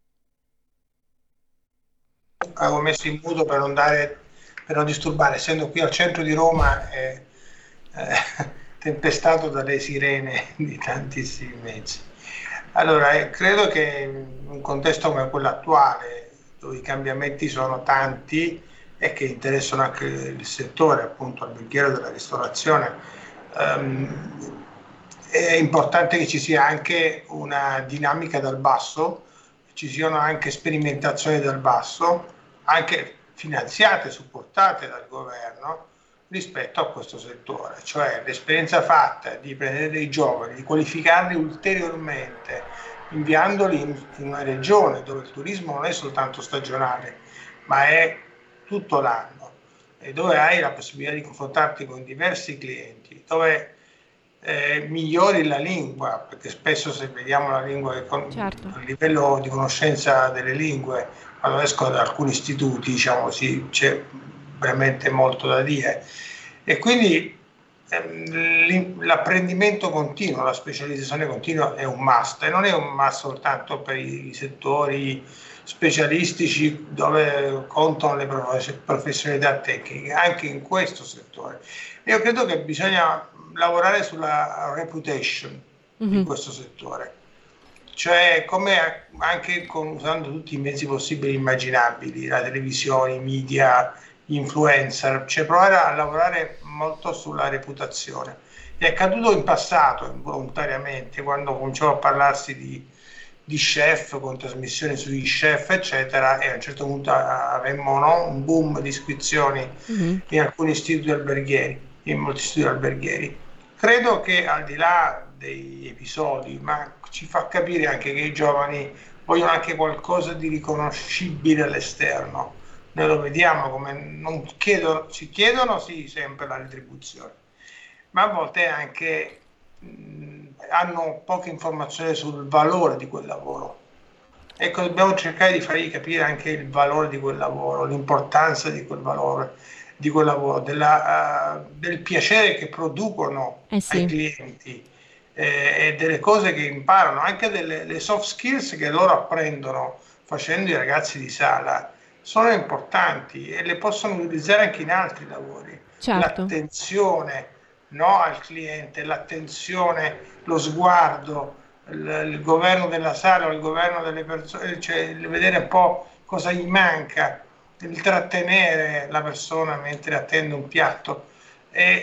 Avevo messo in muto per non dare per non disturbare, essendo qui al centro di Roma è eh, tempestato dalle sirene di tantissimi mezzi. Allora, eh, credo che in un contesto come quello attuale, dove i cambiamenti sono tanti e che interessano anche il settore appunto alberghiero della ristorazione, ehm, è importante che ci sia anche una dinamica dal basso, ci siano anche sperimentazioni dal basso, anche finanziate, supportate dal governo rispetto a questo settore, cioè l'esperienza fatta di prendere dei giovani, di qualificarli ulteriormente, inviandoli in, in una regione dove il turismo non è soltanto stagionale, ma è tutto l'anno, e dove hai la possibilità di confrontarti con diversi clienti, dove eh, migliori la lingua, perché spesso se vediamo la lingua che con, certo. il livello di conoscenza delle lingue, quando escono da alcuni istituti, diciamo così, c'è veramente molto da dire. E quindi ehm, l'apprendimento continuo, la specializzazione continua è un must, e non è un must soltanto per i settori specialistici dove contano le professionalità tecniche, anche in questo settore. Io credo che bisogna lavorare sulla reputation mm-hmm. di questo settore, cioè come anche con, usando tutti i mezzi possibili e immaginabili, la televisione, i media, gli influencer, cioè provare a lavorare molto sulla reputazione. È accaduto in passato, involontariamente, quando cominciò a parlarsi di, di chef, con trasmissioni sugli chef, eccetera, e a un certo punto avemmo no, un boom di iscrizioni mm-hmm. in alcuni istituti alberghieri, in molti istituti alberghieri. Credo che al di là dei episodi, ma ci fa capire anche che i giovani vogliono anche qualcosa di riconoscibile all'esterno. Noi lo vediamo come non chiedono, ci chiedono sì sempre la retribuzione, ma a volte anche mh, hanno poche informazioni sul valore di quel lavoro. Ecco, dobbiamo cercare di fargli capire anche il valore di quel lavoro, l'importanza di quel valore, di quel lavoro, della, uh, del piacere che producono eh sì. ai clienti eh, e delle cose che imparano, anche delle le soft skills che loro apprendono facendo i ragazzi di sala. Sono importanti e le possono utilizzare anche in altri lavori. Certo. L'attenzione no, al cliente, l'attenzione, lo sguardo, il, il governo della sala, il governo delle persone, cioè vedere un po' cosa gli manca, il trattenere la persona mentre attende un piatto. E,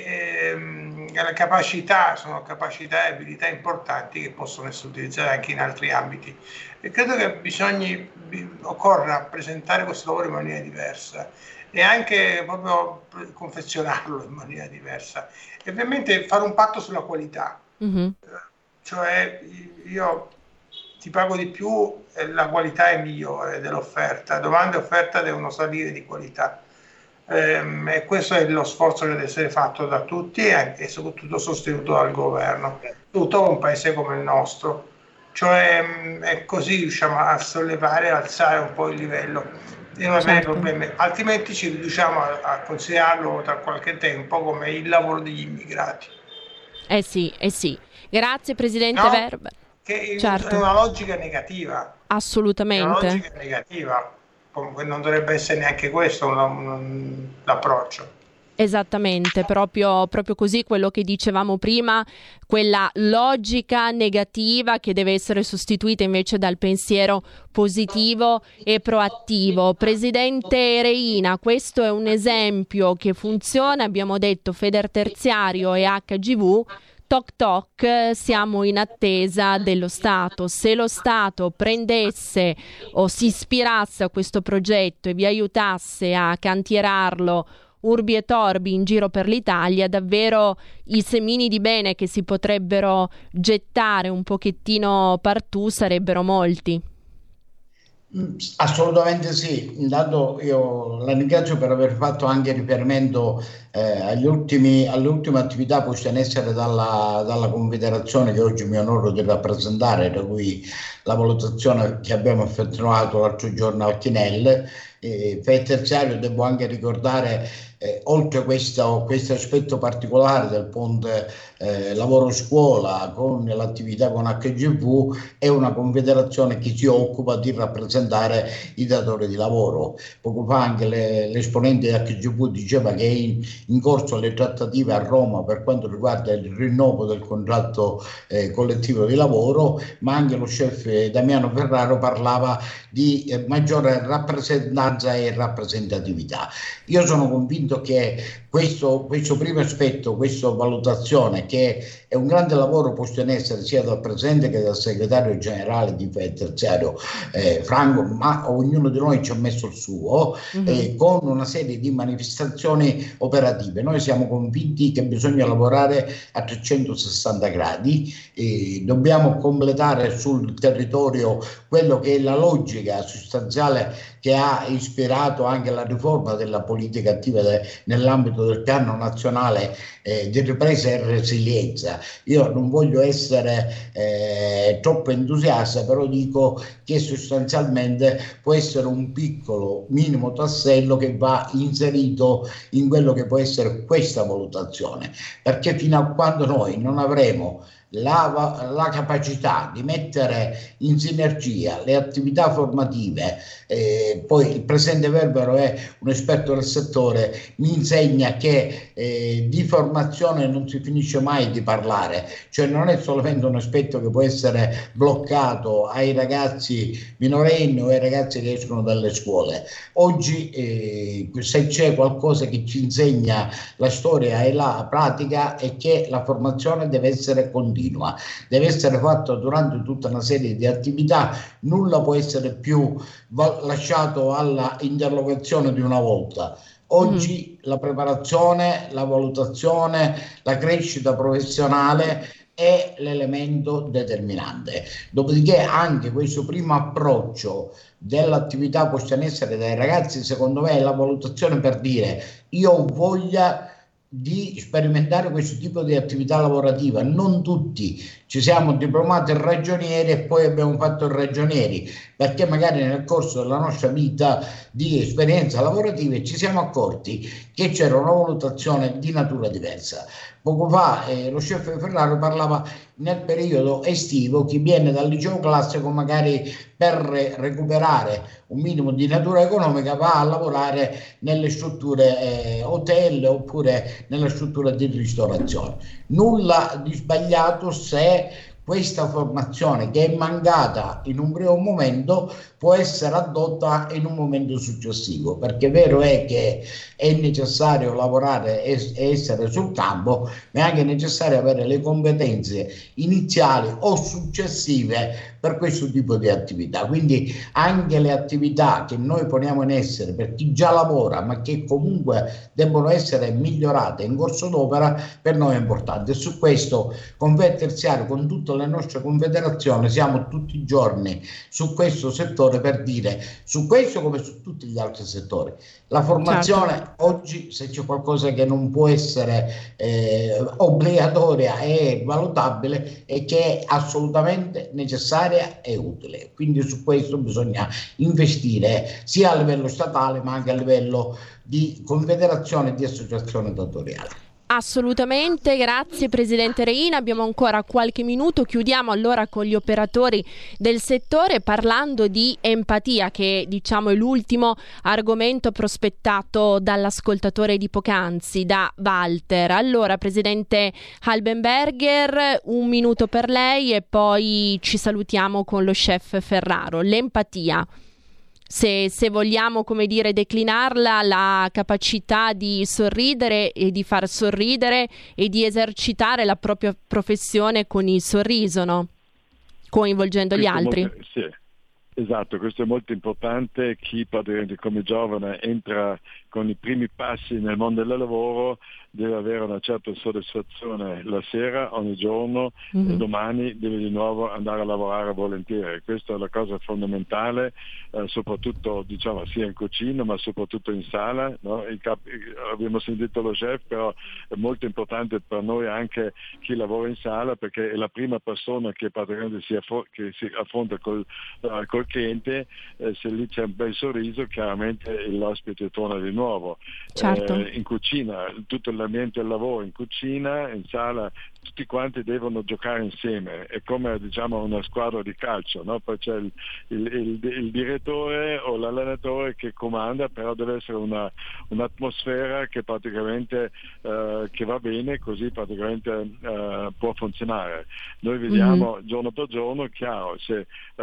e, le capacità sono capacità e abilità importanti che possono essere utilizzate anche in altri ambiti, e credo che bisogni, occorra presentare questo lavoro in maniera diversa e anche proprio confezionarlo in maniera diversa, e ovviamente fare un patto sulla qualità. Mm-hmm. Cioè io ti pago di più e la qualità è migliore dell'offerta, domanda e offerta devono salire di qualità. Ehm, e questo è lo sforzo che deve essere fatto da tutti e, anche, e soprattutto sostenuto dal governo, tutto un paese come il nostro, cioè mh, è così riusciamo a sollevare, alzare un po' il livello e non avere problemi, altrimenti ci riduciamo a, a considerarlo tra qualche tempo come il lavoro degli immigrati. Eh sì, eh sì. Grazie Presidente no? Verba. Che certo. è una logica negativa. Assolutamente. È una logica negativa. Non dovrebbe essere neanche questo un, un, l'approccio. Esattamente, proprio, proprio così, quello che dicevamo prima, quella logica negativa che deve essere sostituita invece dal pensiero positivo e proattivo. Presidente Reina, questo è un esempio che funziona, abbiamo detto Federterziario e H G V. Toc toc, siamo in attesa dello Stato. Se lo Stato prendesse o si ispirasse a questo progetto e vi aiutasse a cantierarlo urbi e torbi in giro per l'Italia, davvero i semini di bene che si potrebbero gettare un pochettino partout sarebbero molti. Assolutamente sì, intanto io la ringrazio per aver fatto anche riferimento eh, agli ultimi, alle ultime attività poste in essere dalla, dalla Confederazione che oggi mi onoro di rappresentare, da cui la valutazione che abbiamo effettuato l'altro giorno al Chinel. Eh, Federterziario, devo anche ricordare, eh, oltre questo, questo aspetto particolare del ponte eh, lavoro-scuola con l'attività con H G V, è una confederazione che si occupa di rappresentare i datori di lavoro. Poco fa anche le, l'esponente di H G V diceva che è in, in corso le trattative a Roma per quanto riguarda il rinnovo del contratto eh, collettivo di lavoro, ma anche lo chef Damiano Ferraro parlava di eh, maggiore rappresentanza e rappresentatività. Io sono convinto che questo, questo primo aspetto, questa valutazione, che è un grande lavoro posto in essere sia dal Presidente che dal Segretario Generale di Federterziario eh, Franco, ma ognuno di noi ci ha messo il suo, mm-hmm. eh, con una serie di manifestazioni operative. Noi siamo convinti che bisogna lavorare a trecentosessanta gradi, eh, dobbiamo completare sul territorio quello che è la logica sostanziale che ha ispirato anche la riforma della politica attiva eh, nell'ambito del piano nazionale eh, di ripresa e resilienza. Io non voglio essere eh, troppo entusiasta, però dico che sostanzialmente può essere un piccolo minimo tassello che va inserito in quello che può essere questa valutazione, perché fino a quando noi non avremo La, la capacità di mettere in sinergia le attività formative, eh, poi il presidente Verbero è un esperto del settore, mi insegna che eh, di formazione non si finisce mai di parlare, cioè non è solamente un aspetto che può essere bloccato ai ragazzi minorenni o ai ragazzi che escono dalle scuole. Oggi eh, se c'è qualcosa che ci insegna la storia e la pratica è che la formazione deve essere continua, deve essere fatta durante tutta una serie di attività, nulla può essere più lasciato alla interlocuzione di una volta. Oggi mm. la preparazione, la valutazione, la crescita professionale è l'elemento determinante. Dopodiché anche questo primo approccio dell'attività posta in essere dai ragazzi, secondo me, è la valutazione per dire: io ho voglia di sperimentare questo tipo di attività lavorativa. Non tutti ci siamo diplomati ragionieri e poi abbiamo fatto ragionieri, perché magari nel corso della nostra vita di esperienza lavorativa ci siamo accorti che c'era una valutazione di natura diversa. Poco fa eh, lo chef Ferraro parlava nel periodo estivo, chi viene dal liceo classico magari per recuperare un minimo di natura economica va a lavorare nelle strutture eh, hotel oppure nelle strutture di ristorazione. Nulla di sbagliato se questa formazione, che è mancata in un primo momento, può essere adotta in un momento successivo, perché vero è che è necessario lavorare e essere sul campo, ma è anche necessario avere le competenze iniziali o successive per questo tipo di attività. Quindi anche le attività che noi poniamo in essere per chi già lavora, ma che comunque debbono essere migliorate in corso d'opera, per noi è importante. E su questo Confederziale, con tutte le nostre confederazioni, siamo tutti i giorni su questo settore per dire, su questo come su tutti gli altri settori, la formazione certo. Oggi, se c'è qualcosa che non può essere eh, obbligatoria e valutabile, è che è assolutamente necessaria e utile. Quindi su questo bisogna investire sia a livello statale ma anche a livello di confederazione e di associazione datoriale. Assolutamente, grazie Presidente Reina, abbiamo ancora qualche minuto, chiudiamo allora con gli operatori del settore parlando di empatia, che diciamo è l'ultimo argomento prospettato dall'ascoltatore di poc'anzi, da Walter. Allora Presidente Halbenberger, un minuto per lei e poi ci salutiamo con lo chef Ferraro. L'empatia. Se, se vogliamo, come dire, declinarla, la capacità di sorridere e di far sorridere e di esercitare la propria professione con il sorriso, no? Coinvolgendo questo gli altri. Molto, sì, esatto, questo è molto importante. Chi come giovane entra con i primi passi nel mondo del lavoro deve avere una certa soddisfazione la sera, ogni giorno, mm-hmm. e domani deve di nuovo andare a lavorare volentieri. Questa è la cosa fondamentale, eh, soprattutto diciamo sia in cucina ma soprattutto in sala, no? Il cap- abbiamo sentito lo chef, però è molto importante per noi anche chi lavora in sala, perché è la prima persona che praticamente si, affro- che si affronta col, uh, col cliente. Eh, se lì c'è un bel sorriso, chiaramente l'ospite torna di nuovo. Certo. Eh, in cucina tutto l'ambiente del lavoro, in cucina, in sala, tutti quanti devono giocare insieme, è come diciamo una squadra di calcio, no? Poi c'è il, il, il, il direttore o l'allenatore che comanda, però deve essere una, un'atmosfera che praticamente eh, che va bene, così praticamente eh, può funzionare. Noi vediamo mm-hmm. giorno per giorno, chiaro, se eh,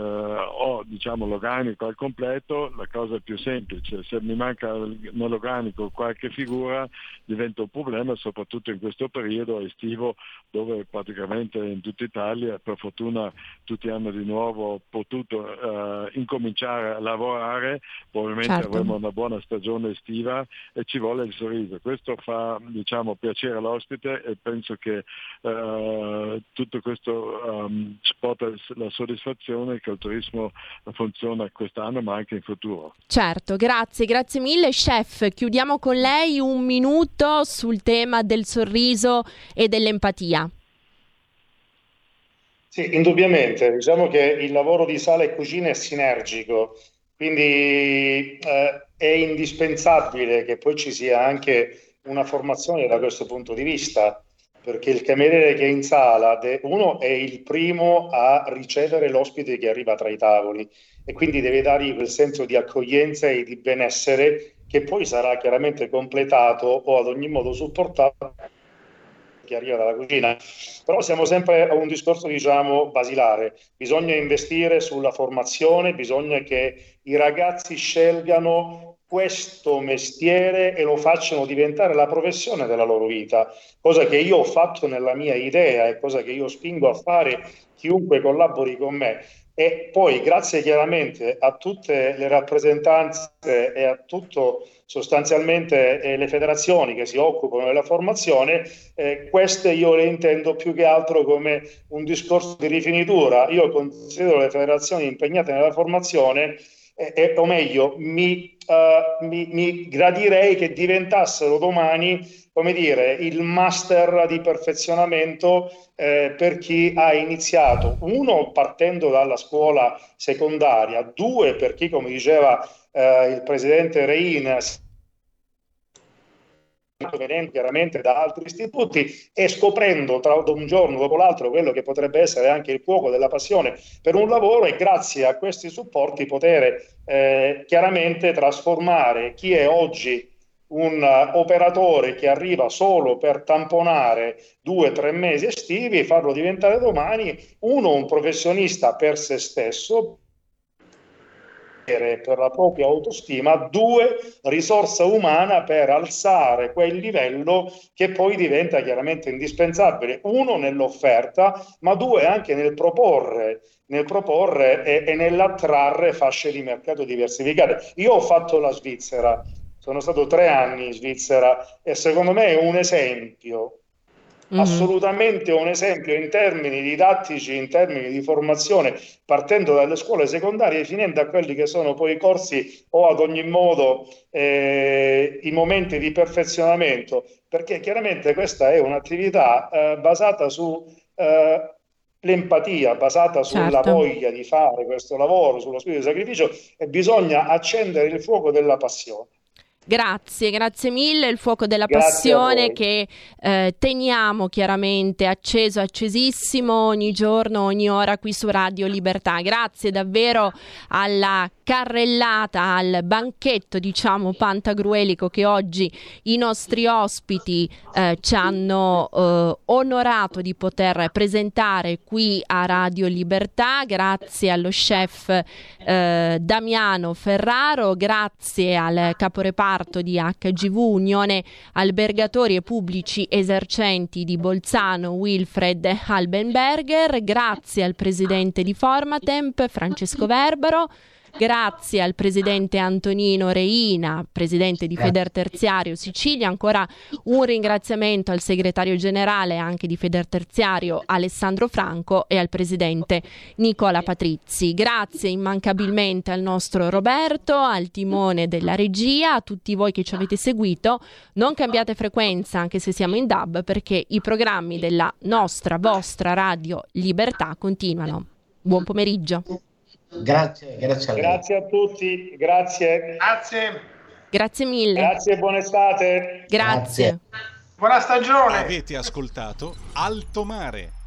ho diciamo l'organico al completo, la cosa è più semplice. Se mi manca nell'organico qualche figura diventa un problema, soprattutto in questo periodo estivo dove praticamente in tutta Italia, per fortuna, tutti hanno di nuovo potuto uh, incominciare a lavorare, probabilmente certo. avremo una buona stagione estiva e ci vuole il sorriso. Questo fa, diciamo, piacere all'ospite e penso che uh, tutto questo um, ci porta la soddisfazione che il turismo funziona quest'anno ma anche in futuro. Certo, grazie, grazie mille. Chef, chiudiamo con lei un minuto sul tema del sorriso e dell'empatia. Sì, indubbiamente, diciamo che il lavoro di sala e cucina è sinergico, quindi eh, è indispensabile che poi ci sia anche una formazione da questo punto di vista, perché il cameriere che è in sala, uno è il primo a ricevere l'ospite che arriva tra i tavoli e quindi deve dargli quel senso di accoglienza e di benessere che poi sarà chiaramente completato o ad ogni modo supportato che arriva dalla cucina. Però siamo sempre a un discorso, diciamo, basilare. Bisogna investire sulla formazione, bisogna che i ragazzi scelgano questo mestiere e lo facciano diventare la professione della loro vita, cosa che io ho fatto nella mia idea e cosa che io spingo a fare chiunque collabori con me. E poi grazie chiaramente a tutte le rappresentanze e a tutto sostanzialmente eh, le federazioni che si occupano della formazione, eh, queste io le intendo più che altro come un discorso di rifinitura. Io considero le federazioni impegnate nella formazione eh, eh, o meglio mi, uh, mi, mi gradirei che diventassero domani, come dire, il master di perfezionamento eh, per chi ha iniziato, uno partendo dalla scuola secondaria, due per chi, come diceva eh, il presidente Rein, venendo chiaramente da altri istituti e scoprendo tra un giorno dopo l'altro quello che potrebbe essere anche il fuoco della passione per un lavoro e grazie a questi supporti poter eh, chiaramente trasformare chi è oggi un uh, operatore che arriva solo per tamponare due o tre mesi estivi e farlo diventare domani uno un professionista per se stesso, per la propria autostima, due risorsa umana per alzare quel livello che poi diventa chiaramente indispensabile, uno nell'offerta ma due anche nel proporre nel proporre e, e nell'attrarre fasce di mercato diversificate. Io ho fatto la Svizzera, sono stato tre anni in Svizzera e secondo me è un esempio, mm-hmm. assolutamente un esempio in termini didattici, in termini di formazione, partendo dalle scuole secondarie e finendo a quelli che sono poi i corsi o ad ogni modo eh, i momenti di perfezionamento, perché chiaramente questa è un'attività eh, basata su eh, l'empatia, basata sulla certo. voglia di fare questo lavoro, sullo spirito di sacrificio e bisogna accendere il fuoco della passione. Grazie, grazie mille, il fuoco della Grazie passione che eh, teniamo chiaramente acceso, accesissimo ogni giorno, ogni ora qui su Radio Libertà. Grazie davvero alla carrellata, al banchetto diciamo pantagruelico che oggi i nostri ospiti eh, ci hanno eh, onorato di poter presentare qui a Radio Libertà. Grazie allo chef eh, Damiano Ferraro, grazie al caporeparto di H G V Unione Albergatori e Pubblici Esercenti di Bolzano Wilfred Albenberger, grazie al presidente di Formatemp Francesco Verbaro, grazie al presidente Antonino Reina, presidente di Federterziario Sicilia, ancora un ringraziamento al segretario generale anche di Federterziario Alessandro Franco e al presidente Nicola Patrizzi. Grazie immancabilmente al nostro Roberto, al timone della regia, a tutti voi che ci avete seguito. Non cambiate frequenza anche se siamo in D A B perché i programmi della nostra, vostra Radio Libertà continuano. Buon pomeriggio. Grazie, grazie a lei. Grazie a tutti, grazie. Grazie. Grazie mille. Grazie e buona estate. Grazie. Buona stagione. Avete ascoltato Alto Mare.